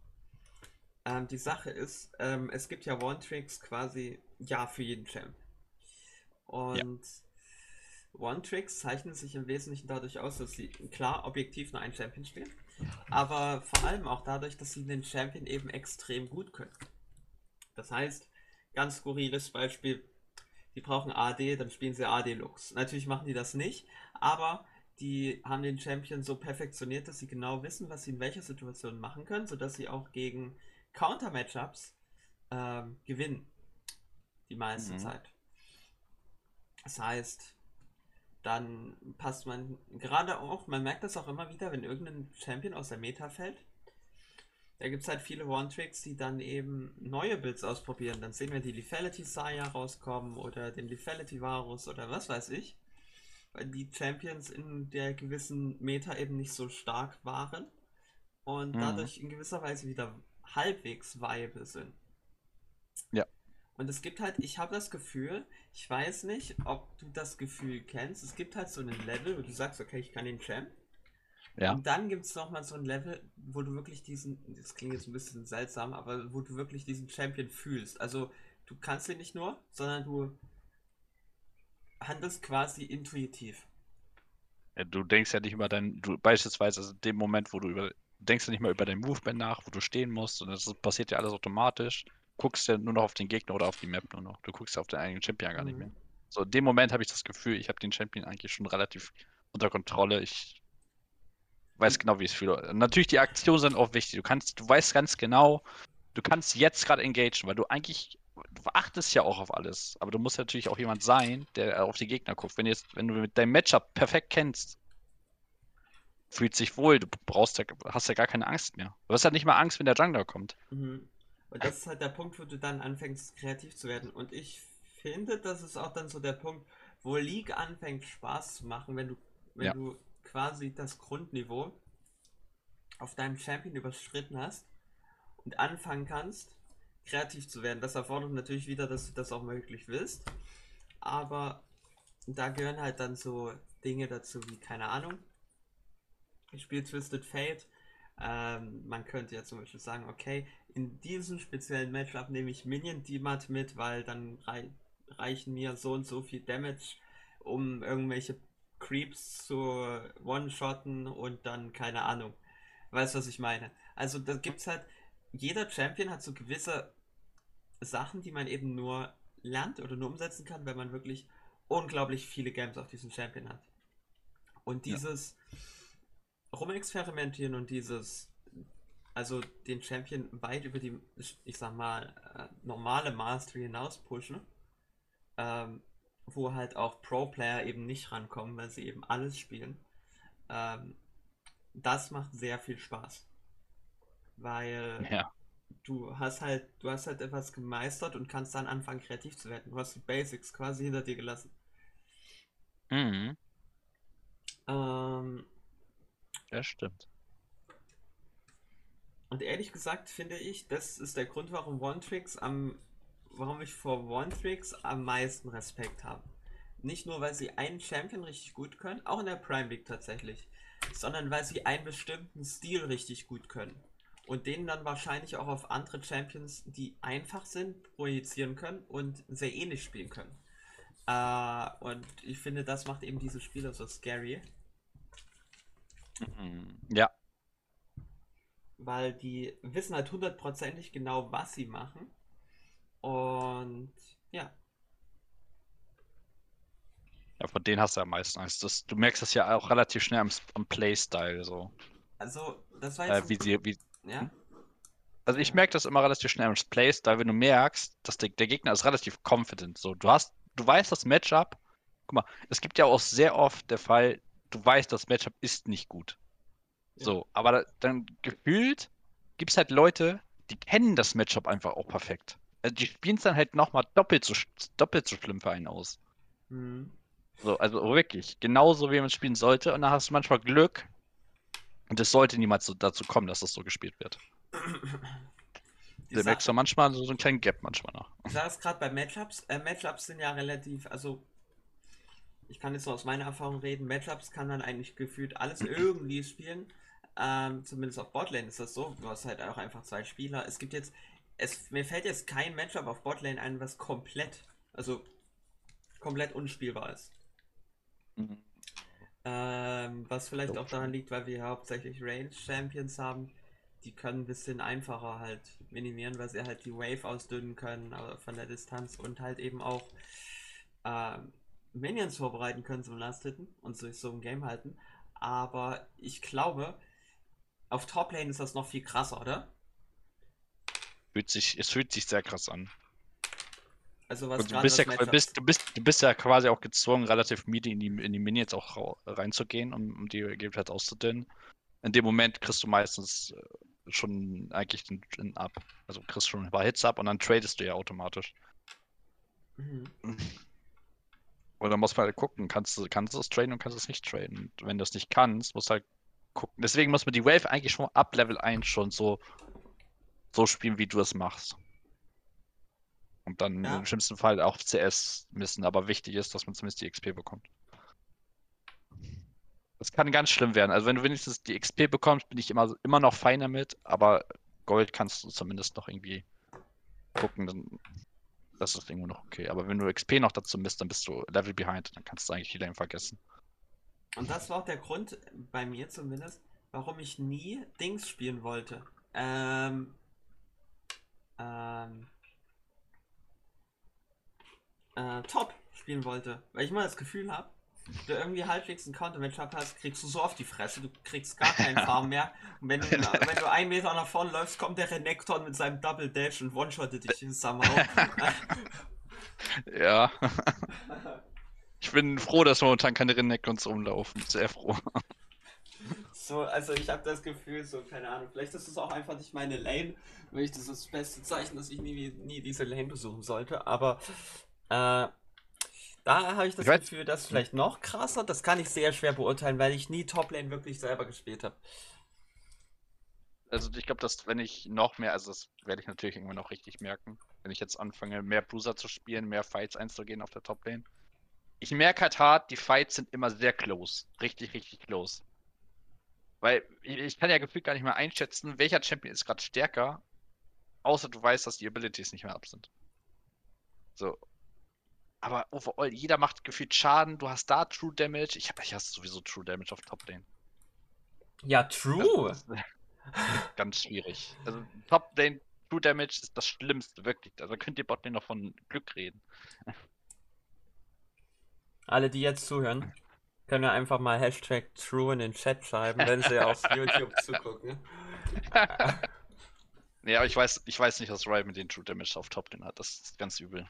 die Sache ist, es gibt ja One-Tricks quasi, ja, für jeden Champ. Ja. Und One-Tricks zeichnen sich im Wesentlichen dadurch aus, dass sie klar objektiv nur einen Champion spielen, aber vor allem auch dadurch, dass sie den Champion eben extrem gut können. Das heißt, ganz skurriles Beispiel, die brauchen AD, dann spielen sie AD Lux. Natürlich machen die das nicht, aber die haben den Champion so perfektioniert, dass sie genau wissen, was sie in welcher Situation machen können, sodass sie auch gegen Counter-Matchups gewinnen, die meiste Mhm. Zeit. Das heißt, dann passt man gerade auch, man merkt das auch immer wieder, wenn irgendein Champion aus der Meta fällt. Da gibt es halt viele One-Tricks, die dann eben neue Builds ausprobieren. Dann sehen wir die Lethality Saya rauskommen oder den Lethality Varus oder was weiß ich. Weil die Champions in der gewissen Meta eben nicht so stark waren und Mhm. dadurch in gewisser Weise wieder halbwegs viable sind. Ja. Und es gibt halt, ich habe das Gefühl, ich weiß nicht, ob du das Gefühl kennst, es gibt halt so einen Level, wo du sagst, okay, ich kann den Champ. Ja. Und dann gibt es nochmal so ein Level, wo du wirklich das klingt jetzt ein bisschen seltsam, aber wo du wirklich diesen Champion fühlst. Also du kannst ihn nicht nur, sondern du handelst quasi intuitiv. Ja, du denkst ja nicht über du beispielsweise also in dem Moment, du denkst ja nicht mehr über dein Movement nach, wo du stehen musst, und das passiert ja alles automatisch. Guckst ja nur noch auf den Gegner oder auf die Map nur noch. Du guckst ja auf deinen eigenen Champion gar nicht Mhm. mehr. So, in dem Moment habe ich das Gefühl, ich habe den Champion eigentlich schon relativ unter Kontrolle. Ich weiß Und genau, wie es fühlt. Natürlich, die Aktionen sind auch wichtig. Du weißt ganz genau, du kannst jetzt gerade engagen, weil du achtest ja auch auf alles. Aber du musst natürlich auch jemand sein, der auf die Gegner guckt. Wenn du mit deinem Matchup perfekt kennst, fühlt sich wohl, hast ja gar keine Angst mehr. Du hast ja nicht mal Angst, wenn der Jungler kommt. mhm. Und das ist halt der Punkt, wo du dann anfängst, kreativ zu werden. Und ich finde, das ist auch dann so der Punkt, wo League anfängt, Spaß zu machen, wenn Ja, du quasi das Grundniveau auf deinem Champion überschritten hast und anfangen kannst, kreativ zu werden. Das erfordert natürlich wieder, dass du das auch möglich willst. Aber da gehören halt dann so Dinge dazu wie, keine Ahnung, ich spiele Twisted Fate. Man könnte ja zum Beispiel sagen, okay, in diesem speziellen Matchup nehme ich Minion Demat mit, weil dann reichen mir so und so viel Damage, um irgendwelche Creeps zu one-shotten und dann keine Ahnung. Weißt du, was ich meine? Also da gibt's halt, jeder Champion hat so gewisse Sachen, die man eben nur lernt oder nur umsetzen kann, wenn man wirklich unglaublich viele Games auf diesem Champion hat. Und ja. dieses Rumexperimentieren und also den Champion weit über die, ich sag mal, normale Mastery hinaus pushen, ähm, wo halt auch Pro-Player eben nicht rankommen, weil sie eben alles spielen. Ähm, Das macht sehr viel Spaß, weil Ja. du hast halt etwas gemeistert und kannst dann anfangen, kreativ zu werden. Du hast die Basics quasi hinter dir gelassen. Mhm. Ähm, Ja, stimmt. und ehrlich gesagt finde ich, das ist der Grund, warum ich vor One-Tricks am meisten Respekt habe. Nicht nur, weil sie einen Champion richtig gut können, auch in der Prime League tatsächlich, sondern weil sie einen bestimmten Stil richtig gut können. Und den dann wahrscheinlich auch auf andere Champions, die einfach sind, projizieren können und sehr ähnlich spielen können. Und ich finde, das macht eben diese Spiele so scary, Mhm. Ja. weil die wissen halt hundertprozentig genau, was sie machen. Und ja, Ja, von denen hast du am meisten Angst. Du merkst das ja auch relativ schnell am Playstyle so. also das war jetzt ein, Wie, ja, hm? Also ich merke das immer relativ schnell am Playstyle, wenn du merkst, dass der Gegner ist relativ confident. So, du weißt das Matchup. Guck mal, es gibt ja auch sehr oft der Fall, du weißt, das Matchup ist nicht gut. ja. So, aber dann gefühlt gibt es halt Leute, die kennen das Matchup einfach auch perfekt. Also die spielen es dann halt nochmal doppelt so schlimm für einen aus. Hm. So, also wirklich, genauso wie man spielen sollte. Und dann hast du manchmal Glück. Und es sollte niemals so dazu kommen, dass das so gespielt wird. Die Da merkst Sache, du manchmal so einen kleinen Gap manchmal noch. die Sache ist gerade bei Matchups, Matchups sind ja relativ, also ich kann jetzt nur aus meiner Erfahrung reden, Matchups kann man eigentlich gefühlt alles irgendwie spielen. Zumindest auf Botlane ist das so. Du hast halt auch einfach zwei Spieler. Mir fällt jetzt kein Matchup auf Botlane ein, was also komplett unspielbar ist. Mhm. Was vielleicht Glaub auch daran schon. liegt, weil wir hauptsächlich Range Champions haben. Die können ein bisschen einfacher halt minimieren, weil sie halt die Wave ausdünnen können, aber von der Distanz und halt eben auch ähm, Minions vorbereiten können zum Last-Hitten und sich so im Game halten. Aber ich glaube, auf Top-Lane ist das noch viel krasser, oder? Es fühlt sich sehr krass an. Also was Und gerade was Matchups. du bist ja quasi auch gezwungen, relativ midi in die Minions auch reinzugehen, um die Gegebenheit auszudünnen. In dem Moment kriegst du meistens schon eigentlich den Up. Also kriegst schon ein paar Hits ab und dann tradest du ja automatisch. Mhm. Und dann muss man halt gucken, kannst du es traden und kannst du es nicht traden. Und wenn du es nicht kannst, musst du halt gucken. Deswegen muss man die Wave eigentlich schon ab Level 1 schon so spielen, wie du es machst. Und dann im Ja, schlimmsten Fall auch CS missen. Aber wichtig ist, dass man zumindest die XP bekommt. Das kann ganz schlimm werden. Also wenn du wenigstens die XP bekommst, bin ich immer noch fein damit, aber Gold kannst du zumindest noch irgendwie gucken, dann das ist irgendwo noch okay. Aber wenn du XP noch dazu misst, dann bist du Level behind, dann kannst du eigentlich wieder vergessen. und das war auch der Grund, bei mir zumindest, warum ich nie Dings spielen wollte. Ähm, ähm, Top spielen wollte. Weil ich immer das Gefühl habe, du irgendwie halbwegs ein Counter-Matchup hast, kriegst du so auf die Fresse, du kriegst gar keinen Farm mehr. Und wenn du 1 Meter nach vorne läufst, kommt der Renekton mit seinem Double Dash und one-shottet dich somehow. Ja, ich bin froh, dass momentan keine Renekton rumlaufen. Sehr froh. So, also ich habe das Gefühl, so, keine Ahnung, vielleicht ist es auch einfach nicht meine Lane, weil ich das ist das beste Zeichen, dass ich nie diese Lane besuchen sollte, aber äh, da habe ich Ich das weiß, Gefühl, dass hm, vielleicht noch krasser, das kann ich sehr schwer beurteilen, weil ich nie Toplane wirklich selber gespielt habe. also ich glaube, dass wenn ich noch mehr, also das werde ich natürlich irgendwann noch richtig merken, wenn ich jetzt anfange, mehr Bruiser zu spielen, mehr Fights einzugehen auf der Top-Lane. Ich merke halt hart, die Fights sind immer sehr close. Richtig, richtig close. Weil ich kann ja gefühlt gar nicht mehr einschätzen, welcher Champion ist gerade stärker, außer du weißt, dass die Abilities nicht mehr ab sind. So. Aber overall, jeder macht gefühlt Schaden, du hast da True Damage. Ich hasse sowieso True Damage auf Top-Lane. Ja, Also, true. das ist ganz schwierig. Also Top-Lane True Damage ist das Schlimmste, wirklich. Also könnt ihr Botlane noch von Glück reden. Alle, die jetzt zuhören, können ja einfach mal Hashtag True in den Chat schreiben, wenn sie auf YouTube zugucken. Nee, aber ich weiß nicht, was Riot mit den True Damage auf Top-Lane hat. Das ist ganz übel.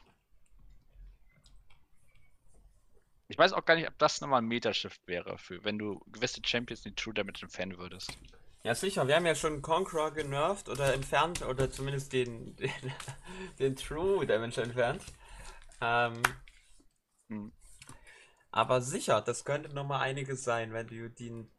Ich weiß auch gar nicht, ob das nochmal ein Metashift wäre, für wenn du gewisse Champions die True Damage entfernen würdest. Ja, sicher, wir haben ja schon Conqueror genervt oder entfernt oder zumindest den True Damage entfernt. Ähm, Hm. aber sicher, das könnte nochmal einiges sein, wenn du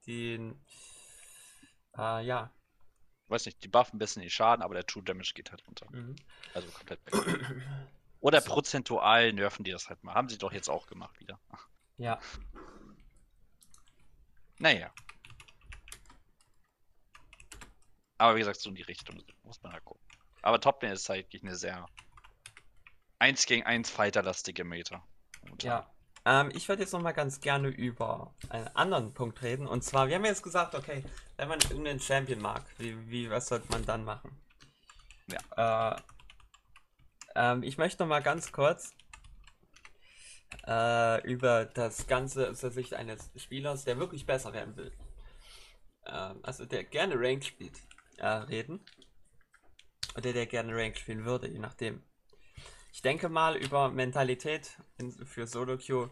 ja. Weiß nicht, die buffen ein bisschen den Schaden, aber der True Damage geht halt runter. Mhm. Also komplett weg. Oder So, prozentual nerven die das halt mal. Haben sie doch jetzt auch gemacht wieder. ja. Naja. Aber wie gesagt, so in die Richtung muss man halt gucken. Aber Top-Lane ist halt wirklich eine sehr 1 gegen 1 Fighter-lastige Meta. Momentan. Ja. Ich würde jetzt nochmal ganz gerne über einen anderen Punkt reden. Und zwar, wir haben jetzt gesagt, okay, wenn man irgendeinen Champion mag, was sollte man dann machen? Ja. Ich möchte nochmal ganz kurz über das Ganze aus der Sicht eines Spielers, der wirklich besser werden will, also der gerne Ranked spielt, reden. Oder der gerne Ranked spielen würde, je nachdem. Ich denke mal über Mentalität für Solo Queue.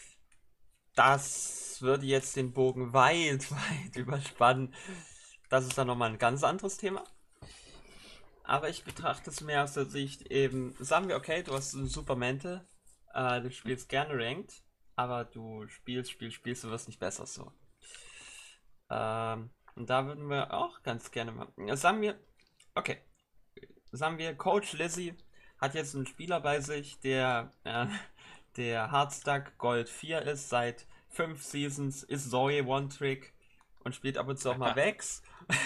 Das würde jetzt den Bogen weit überspannen. Das ist dann nochmal ein ganz anderes Thema. Aber ich betrachte es mehr aus der Sicht eben, sagen wir, okay, du hast einen super Mente, du spielst gerne Ranked, aber du spielst, du wirst nicht besser so. Und da würden wir auch ganz gerne machen. Sagen wir, okay, sagen wir, Coach Lizzie hat jetzt einen Spieler bei sich, der Hardstack Gold 4 ist, seit 5 Seasons, ist Zoe One-Trick und spielt ab und zu auch mal Vex.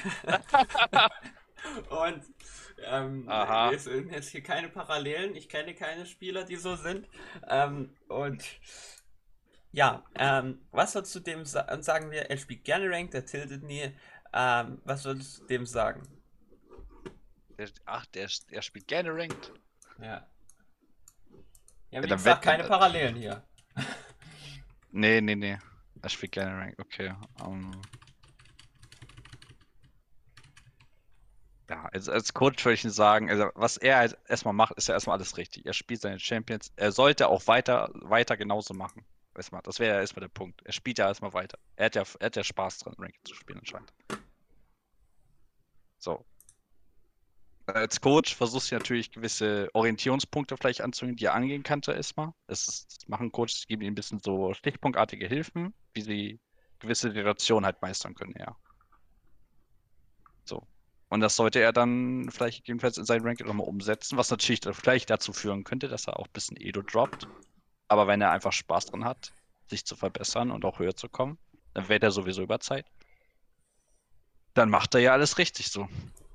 Und Aha. wir sind jetzt hier keine Parallelen. Ich kenne keine Spieler, die so sind. Und ja, was würdest du dem sagen? Sagen wir, er spielt gerne Ranked, der tiltet nie. Was würdest du dem sagen? Der spielt gerne Ranked. Ja. Ja, Ja, wie dann gesagt, wett, keine Parallelen hier. nee. Er spielt gerne Ranked, okay. Ja, als Coach würde ich Ihnen sagen, also was er halt erstmal macht, ist ja erstmal alles richtig. Er spielt seine Champions. Er sollte auch weiter genauso machen. Erstmal, das wäre ja erstmal der Punkt. Er spielt ja erstmal weiter. Er hat ja Spaß dran, Ranked zu spielen anscheinend. So. Als Coach versuchst du natürlich gewisse Orientierungspunkte vielleicht anzugehen, die er angehen könnte erstmal. Das machen Coaches, geben ihnen ein bisschen so stichpunktartige Hilfen, wie sie gewisse Situationen halt meistern können, ja. So. Und das sollte er dann vielleicht jedenfalls in sein Ranking nochmal umsetzen, was natürlich vielleicht dazu führen könnte, dass er auch ein bisschen Edo droppt. Aber wenn er einfach Spaß dran hat, sich zu verbessern und auch höher zu kommen, dann wäre er sowieso über Zeit. Dann macht er ja alles richtig so.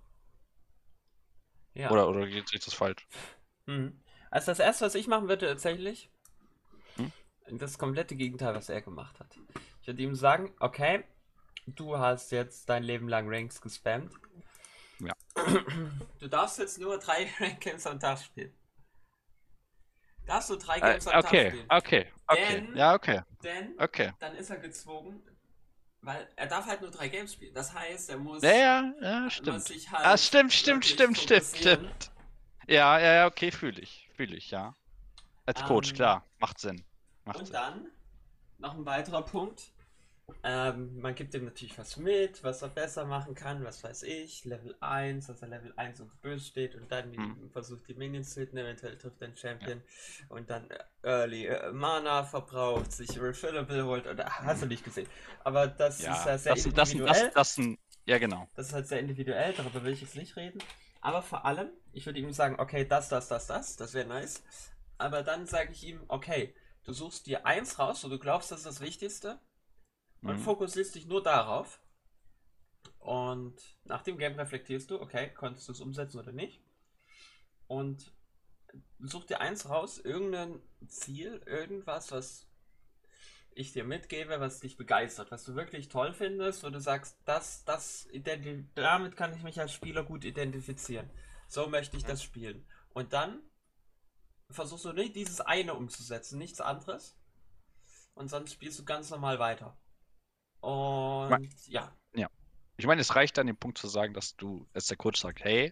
Ja. Oder geht sich das falsch? Mhm. Also das erste, was ich machen würde tatsächlich, Hm? das komplette Gegenteil, was er gemacht hat. Ich würde ihm sagen, okay, du hast jetzt dein Leben lang Ranks gespammt. Ja. Du darfst jetzt nur 3 Rank-Games am Tag spielen. Darfst du 3 Games am Tag spielen. Okay. Denn, Ja, okay. denn, Okay. dann ist er gezwungen, weil er darf halt nur 3 Games spielen. Das heißt, er Ja, muss stimmt. sich Ah, halt stimmt. wirklich fokussieren. Ja, okay, fühle ich, ja. Als Coach, Ähm, klar. Macht Sinn. Macht und Sinn. dann, noch ein weiterer Punkt, Man gibt ihm natürlich was mit, was er besser machen kann, was weiß ich, Level 1, dass er Level 1 und böse steht und dann Hm, versucht die Minions zu hitten, eventuell trifft den ja. Champion und dann Early Mana verbraucht, sich Refillable holt oder hast du nicht gesehen. Aber das ist Ja, ja sehr individuell, ja genau. das ist halt sehr individuell, darüber will ich jetzt nicht reden. Aber vor allem, ich würde ihm sagen, okay, das wäre nice. Aber dann sage ich ihm, okay, du suchst dir eins raus, wo du glaubst, das ist das Wichtigste und Mhm. fokussierst dich nur darauf. Und nach dem Game reflektierst du, okay, konntest du es umsetzen oder nicht. Und such dir eins raus, irgendein Ziel, irgendwas, was ich dir mitgebe, was dich begeistert, was du wirklich toll findest, wo du sagst, damit kann ich mich als Spieler gut identifizieren. So möchte ich das spielen. Und dann versuchst du nicht dieses eine umzusetzen, nichts anderes. Und sonst spielst du ganz normal weiter. Ich mein, Und ja. ja. Ich meine, es reicht an dem Punkt zu sagen, dass dass der Coach sagt, hey,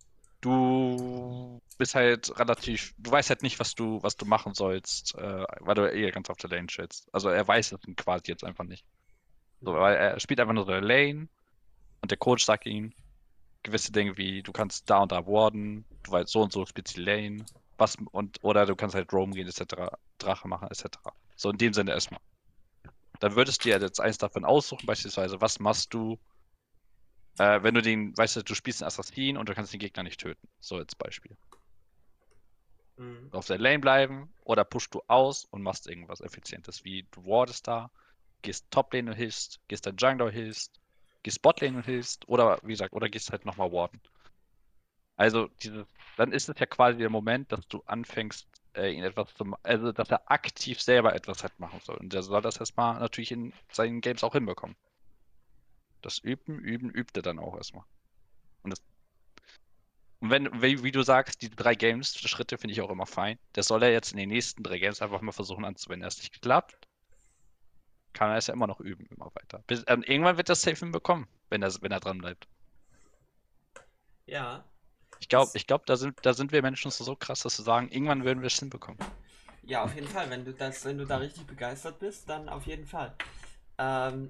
du bist halt du weißt halt nicht, was du machen sollst, weil du eh ganz auf der Lane chillst. Also er weiß es quasi jetzt einfach nicht. So, Mhm. weil er spielt einfach nur so eine Lane und der Coach sagt ihm gewisse Dinge wie, du kannst da und da warden, du weißt so und so spielst die Lane, oder du kannst halt Roam gehen, etc., Drache machen, etc. So in dem Sinne erstmal. Dann würdest du ja jetzt eins davon aussuchen, beispielsweise, was machst du, wenn weißt du, du spielst einen Assassin und du kannst den Gegner nicht töten. So als Beispiel. Mhm. Auf der Lane bleiben oder pushst du aus und machst irgendwas Effizientes, wie du wardest da, gehst Top-Lane und hilfst, gehst dann Jungler und hilfst, gehst Bot-Lane und hilfst oder wie gesagt, oder gehst halt nochmal warden. Also dann ist es ja quasi der Moment, dass du anfängst, ihn etwas also dass er aktiv selber etwas halt machen soll. Und der soll das erstmal natürlich in seinen Games auch hinbekommen. Das übt er dann auch erstmal. Und, das, und wie du sagst, die 3 Games-Schritte finde ich auch immer fein. Das soll er jetzt in den nächsten 3 Games einfach mal versuchen anzuwenden. Wenn es nicht klappt, kann er es ja immer noch üben, immer weiter. Irgendwann wird er es safe hinbekommen, wenn er dran bleibt. Ja. Das, Ich glaube, da sind wir Menschen so krass, dass wir sagen, irgendwann würden wir es hinbekommen. ja, auf jeden Fall. Wenn du da richtig begeistert bist, dann auf jeden Fall. Ähm,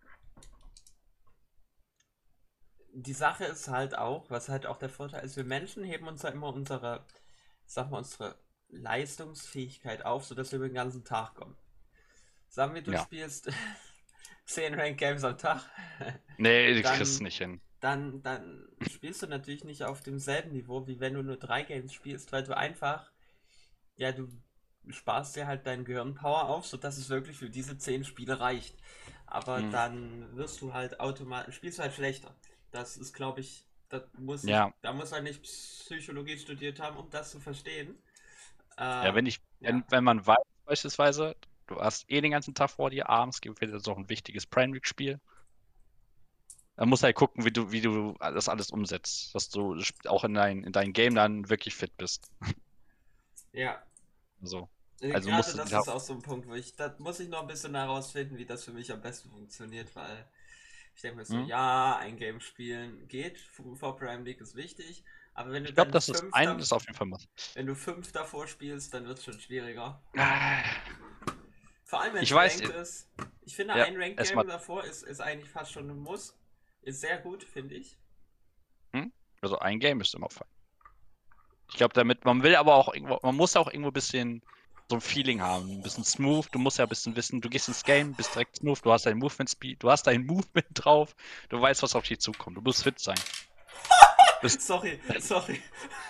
die Sache ist halt auch, was halt auch der Vorteil ist, wir Menschen heben uns ja immer unsere Leistungsfähigkeit auf, sodass wir über den ganzen Tag kommen. Sagen wir, du Ja. spielst 10 Rank Games am Tag, Nee, du kriegst es dann, nicht hin. dann spielst du natürlich nicht auf demselben Niveau, wie wenn du nur 3 Games spielst, weil du einfach, ja, du sparst dir halt deinen Gehirnpower auf, sodass es wirklich für diese 10 Spiele reicht. Aber Mhm. dann wirst du halt automatisch, spielst du halt schlechter. Das ist, glaube ich, Ja, da muss man nicht Psychologie studiert haben, um das zu verstehen. ja, Ja, wenn man weiß, beispielsweise, du hast eh den ganzen Tag vor dir, abends gibt es noch ein wichtiges Prime League-Spiel, dann musst du halt gucken, wie du das alles umsetzt, dass du auch in dein Game dann wirklich fit bist. ja. So. Also Gerade musst du das ja, ist auch so ein Punkt, da muss ich noch ein bisschen herausfinden, wie das für mich am besten funktioniert, weil ich denke mir so, hm? ja, ein Game spielen geht, vor Prime League ist wichtig, aber Ich glaube, Fünfter, das auf jeden Fall muss. wenn du Fünfter vorspielst, dann wird es schon schwieriger. Ah, Vor allem, wenn ich es weiß, Ranked ist. Ich finde, ja, ein Ranked erstmal, Game davor ist eigentlich fast schon ein Muss. Ist sehr gut, finde ich. hm? Also ein Game ist immer fein. Ich glaube, man will aber auch irgendwo, man muss auch irgendwo ein bisschen so ein Feeling haben, ein bisschen smooth. Du musst ja ein bisschen wissen, du gehst ins Game, bist direkt smooth, du hast dein Movement Speed, du hast dein Movement drauf, du weißt, was auf dich zukommt. Du musst fit sein. Bist Sorry.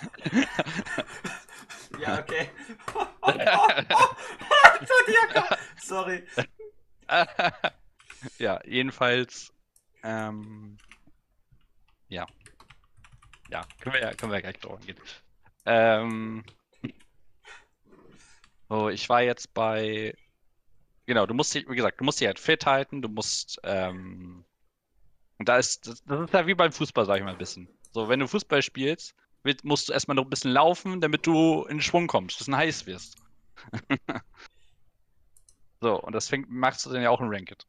Ja, okay. Sorry. Ja, jedenfalls, ähm, ja, ja, können wir ja gleich drauf eingehen. Ähm, so, ich war jetzt genau, wie gesagt, du musst dich halt fit halten, und das ist ja wie beim Fußball, sag ich mal ein bisschen. So, wenn du Fußball spielst, musst du erstmal noch ein bisschen laufen, damit du in den Schwung kommst, ein bisschen heiß wirst. So, und machst du dann ja auch in Ranked.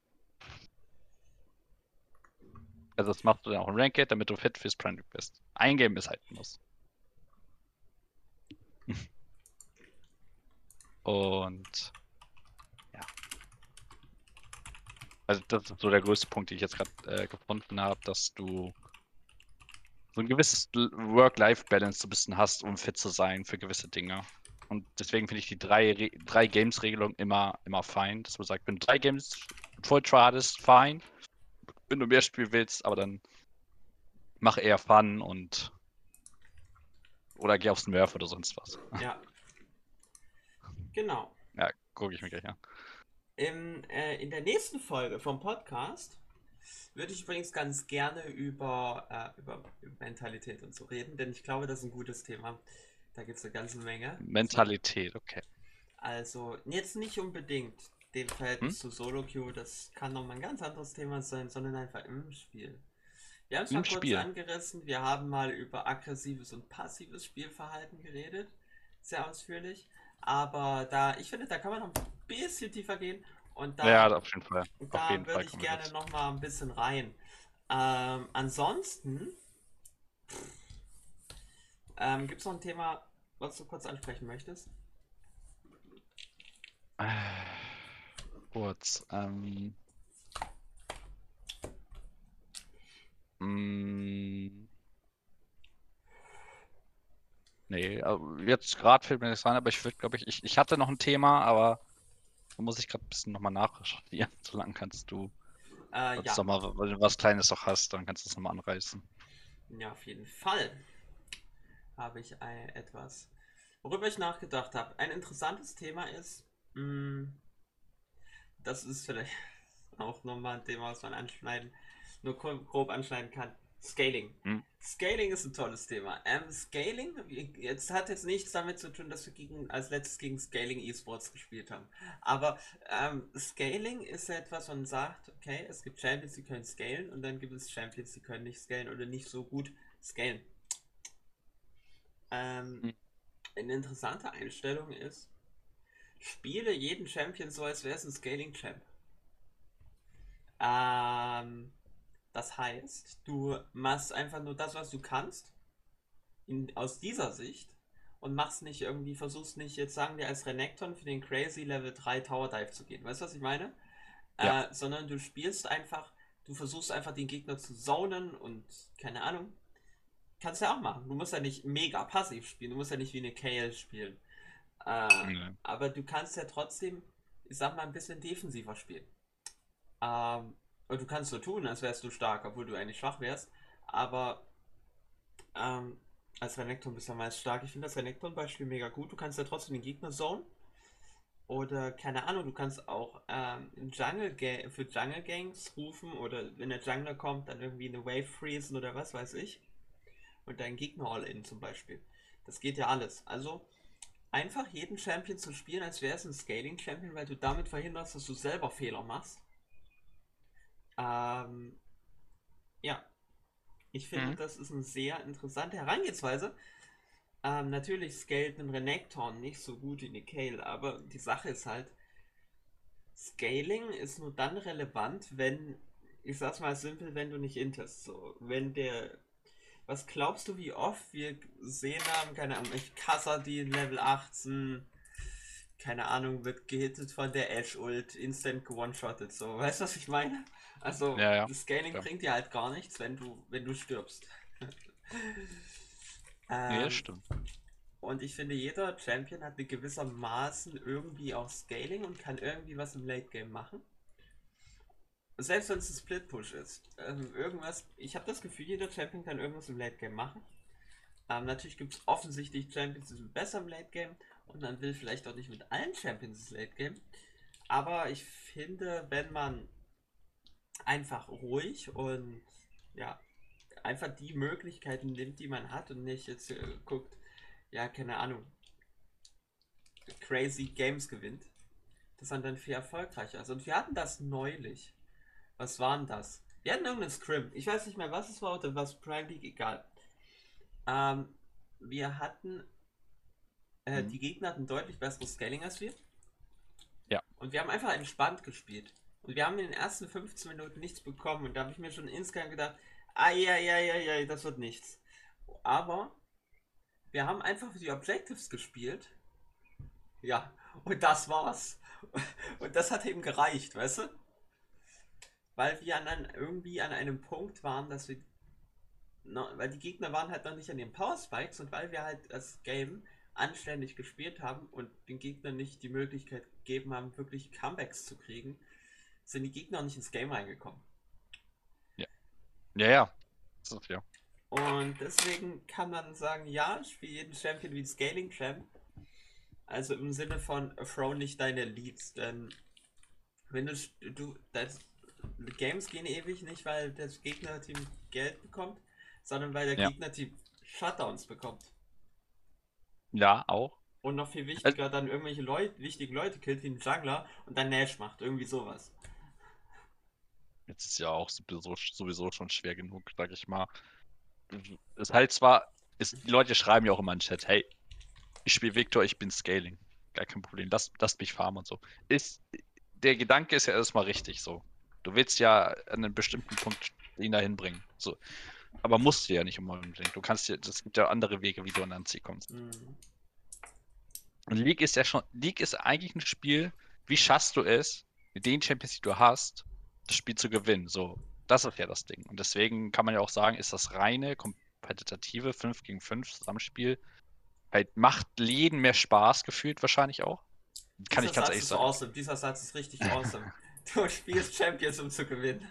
Also das machst du dann auch in Ranked, damit du fit fürs Prime League bist. Ein Game ist halt ein Muss. Und ja, Also das ist so der größte Punkt, den ich jetzt gerade gefunden habe, dass du so ein gewisses Work-Life-Balance so ein bisschen hast, um fit zu sein für gewisse Dinge. Und deswegen finde ich die drei Games-Regelung immer fein. Dass man sagt, wenn du 3 Games voll tryhardest, fein. Wenn du mehr spielen willst, aber dann mach eher Fun und oder geh aufs Nerf oder sonst was. Ja, genau. Ja, gucke ich mir gleich an. In der nächsten Folge vom Podcast würde ich übrigens ganz gerne über Mentalität und so reden, denn ich glaube, das ist ein gutes Thema. Da gibt es eine ganze Menge. Mentalität, okay. Also, jetzt nicht unbedingt dem Hm? Verhältnis zu Solo Queue, das kann nochmal ein ganz anderes Thema sein, sondern einfach im Spiel. Wir haben es mal Im kurz Spiel. angerissen, wir haben mal über aggressives und passives Spielverhalten geredet, sehr ausführlich. Aber ich finde, da kann man noch ein bisschen tiefer gehen und Ja, auf jeden Fall. Auf da jeden würde Fall ich kommen wir gerne dazu. noch mal ein bisschen rein. Ansonsten gibt es noch ein Thema, was du kurz ansprechen möchtest? Äh, Kurz. Mh, nee, jetzt gerade fällt mir nichts rein, aber ich würde, glaube ich hatte noch ein Thema, aber da muss ich gerade ein bisschen nochmal nachrecherchieren. So lange kannst du, sonst Ja, noch mal, wenn du was Kleines noch hast, dann kannst du es nochmal anreißen. ja, auf jeden Fall habe ich etwas, worüber ich nachgedacht habe. Ein interessantes Thema ist, mh, das ist vielleicht auch nochmal ein Thema, was man nur grob anschneiden kann. Scaling. Hm? Scaling ist ein tolles Thema. Scaling hat jetzt nichts damit zu tun, dass wir als letztes gegen Scaling E-Sports gespielt haben. Aber Scaling ist ja etwas, man sagt, okay, es gibt Champions, die können scalen und dann gibt es Champions, die können nicht scalen oder nicht so gut scalen. Ähm, Hm. eine interessante Einstellung ist, spiele jeden Champion so, als wäre es ein Scaling-Champ. Ähm, Das heißt, du machst einfach nur das, was du kannst, aus dieser Sicht, und versuchst nicht, jetzt sagen wir als Renekton für den Crazy Level 3 Tower Dive zu gehen. Weißt du, was ich meine? Ja. Sondern du versuchst einfach den Gegner zu zonen und keine Ahnung. Kannst ja auch machen. Du musst ja nicht mega passiv spielen, du musst ja nicht wie eine KL spielen. Nö. Aber du kannst ja trotzdem, ich sag mal, ein bisschen defensiver spielen. Und du kannst so tun, als wärst du stark, obwohl du eigentlich schwach wärst. Aber ähm, als Renekton bist du meist stark. Ich finde das Renekton-Beispiel mega gut. Du kannst ja trotzdem den Gegner zone. Oder keine Ahnung, du kannst auch für Jungle Gangs rufen oder wenn der Jungler kommt, dann irgendwie eine Wave freezen oder was weiß ich. Und deinen Gegner all-in zum Beispiel. Das geht ja alles. Also einfach jeden Champion zu spielen, als wäre es ein Scaling-Champion, weil du damit verhinderst, dass du selber Fehler machst. Ähm, ja, ich finde, Hm. das ist eine sehr interessante Herangehensweise. Natürlich scaled ein Renekton nicht so gut wie eine Kale, aber die Sache ist halt, Scaling ist nur dann relevant, ich sag's mal simpel, wenn du nicht intest. So, was glaubst du, wie oft wir gesehen haben, keine Ahnung, ich Kassadin Level 18, keine Ahnung, wird gehittet von der Edge Ult, instant one-shotted, so, weißt du, was ich meine? Also, Ja, ja. das Scaling Ja. bringt dir halt gar nichts, wenn du stirbst. Nee, das ähm, stimmt. Und ich finde, jeder Champion hat in gewissermaßen irgendwie auch Scaling und kann irgendwie was im Late Game machen. Selbst wenn es ein Split Push ist. Ich habe das Gefühl, jeder Champion kann irgendwas im Late Game machen. Natürlich gibt es offensichtlich Champions, die sind besser im Late Game und man will vielleicht auch nicht mit allen Champions ins Late Game. Aber ich finde, wenn man einfach ruhig und ja, einfach die Möglichkeiten nimmt, die man hat und nicht jetzt guckt, ja, keine Ahnung, crazy Games gewinnt, dass man dann viel erfolgreicher ist. Und wir hatten das neulich. Was war denn das? Wir hatten irgendeinen Scrim. Ich weiß nicht mehr, was es war oder was Prime League, egal. Ähm, wir hatten, Hm. die Gegner hatten deutlich besseres Scaling als wir. Ja. Und wir haben einfach entspannt gespielt. Und wir haben in den ersten 15 Minuten nichts bekommen. Und da habe ich mir schon insgesamt gedacht, ja, das wird nichts. Aber wir haben einfach für die Objectives gespielt. Ja, und das war's. Und das hat eben gereicht, weißt du? weil wir irgendwie an einem Punkt waren, dass wir, weil die Gegner waren halt noch nicht an den Power Spikes und weil wir halt das Game anständig gespielt haben und den Gegnern nicht die Möglichkeit gegeben haben, wirklich Comebacks zu kriegen, sind die Gegner auch nicht ins Game reingekommen. Ja, ja, ja. Das ist ja. Und deswegen kann man sagen, ja, ich spiele jeden Champion wie ein Scaling Champ. Also im Sinne von throw nicht deine Leads, denn wenn das Games gehen ewig nicht, weil das Gegnerteam Geld bekommt, sondern weil der Ja, Gegnerteam Shutdowns bekommt. ja, auch. Und noch viel Also, wichtiger, dann irgendwelche wichtige Leute killt wie ein Jungler und dann Nash macht. Irgendwie sowas. jetzt ist ja auch sowieso schon schwer genug, sag ich mal. Es halt zwar, die Leute schreiben ja auch immer in den Chat, hey, ich spiele Victor, ich bin Scaling. Gar kein Problem, lasst mich farmen und so. Der Gedanke ist ja erstmal richtig so. Du willst ja an einem bestimmten Punkt ihn dahin bringen. So. Aber musst du ja nicht unbedingt. Es gibt ja andere Wege, wie du an ein Ziel kommst. Mhm. Und League ist eigentlich ein Spiel, wie schaffst du es, mit den Champions, die du hast, das Spiel zu gewinnen? So, das ist ja das Ding. Und deswegen kann man ja auch sagen, ist das reine, kompetitive 5 gegen 5 Zusammenspiel, halt macht Läden mehr Spaß gefühlt wahrscheinlich auch. Kann Dieser ich ganz Satz ehrlich ist sagen. awesome. Dieser Satz ist richtig awesome. Du spielst Champions, um zu gewinnen.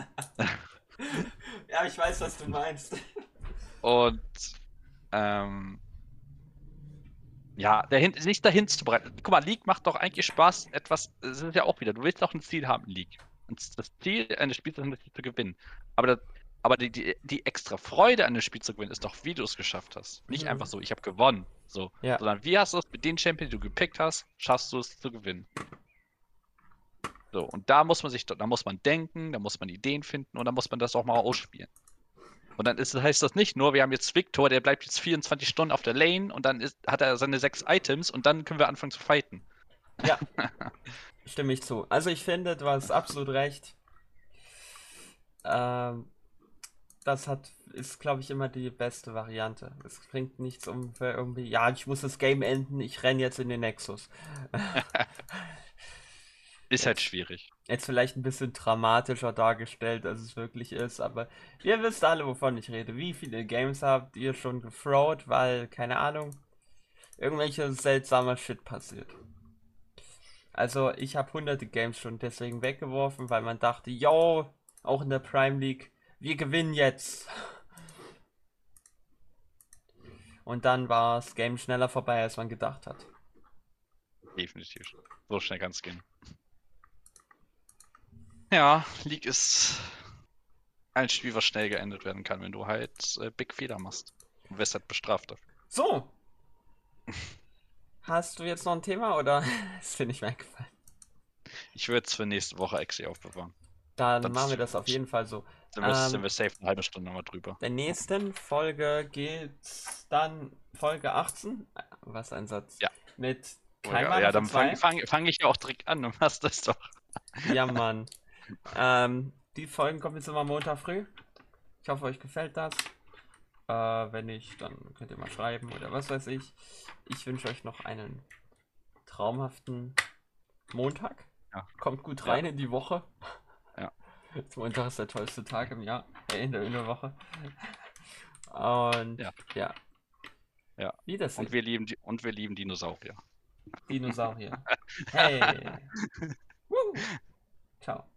Ja, ich weiß, was du meinst. Und ähm, ja, sich dahin zu bereiten. Guck mal, League macht doch eigentlich Spaß, es ist ja auch wieder, du willst auch ein Ziel haben in League. Und das Ziel eines Spiels ist natürlich zu gewinnen. Aber, aber die extra Freude an dem Spiel zu gewinnen, ist doch, wie du es geschafft hast. Nicht einfach Mhm. so, ich habe gewonnen. So, Ja. sondern wie hast du es mit den Champions, die du gepickt hast, schaffst du es zu gewinnen. So, und da muss man denken, da muss man Ideen finden und da muss man das auch mal ausspielen. Und dann heißt das nicht nur, wir haben jetzt Victor, der bleibt jetzt 24 Stunden auf der Lane und dann hat er seine 6 Items und dann können wir anfangen zu fighten. Ja, stimme ich zu. Also ich finde, du hast absolut recht. Ähm, ist, glaube ich, immer die beste Variante. Es bringt nichts um für irgendwie, ja, ich muss das Game enden, ich renne jetzt in den Nexus. Ist halt Jetzt, schwierig. jetzt vielleicht ein bisschen dramatischer dargestellt, als es wirklich ist, aber ihr wisst alle, wovon ich rede. Wie viele Games habt ihr schon gefrowt, weil, keine Ahnung, irgendwelche seltsame Shit passiert? Also, ich habe hunderte Games schon deswegen weggeworfen, weil man dachte, yo, auch in der Prime League, wir gewinnen jetzt. Und dann war das Game schneller vorbei, als man gedacht hat. Definitiv. So schnell kann es gehen. Ja, League ist ein Spiel, was schnell geendet werden kann, wenn du halt Big Fehler machst. Und wirst halt bestraft dafür. So, hast du jetzt noch ein Thema oder ist dir nicht mehr eingefallen? Ich würde es für nächste Woche extra aufbewahren. Dann Dann machen wir das auf jeden Fall so. sind Ähm, wir safe eine halbe Stunde nochmal drüber. der nächsten Folge geht's dann Folge 18. Was ein Satz. Ja. Mit Oh Kein ja, Mana ja, für dann zwei. fang ich ja auch direkt an. Du machst das doch. Ja, Mann. Die Folgen kommen jetzt immer Montag früh. Ich hoffe, euch gefällt das. Wenn nicht, dann könnt ihr mal schreiben oder was weiß ich. Ich wünsche euch noch einen traumhaften Montag. Ja, Kommt gut ja, rein in die Woche. ja, Montag ist der tollste Tag im Jahr, in der Woche. Und ja, ja, ja. Wiedersehen. Und wir lieben Dinosaurier. Dinosaurier. Hey. Woo. Ciao.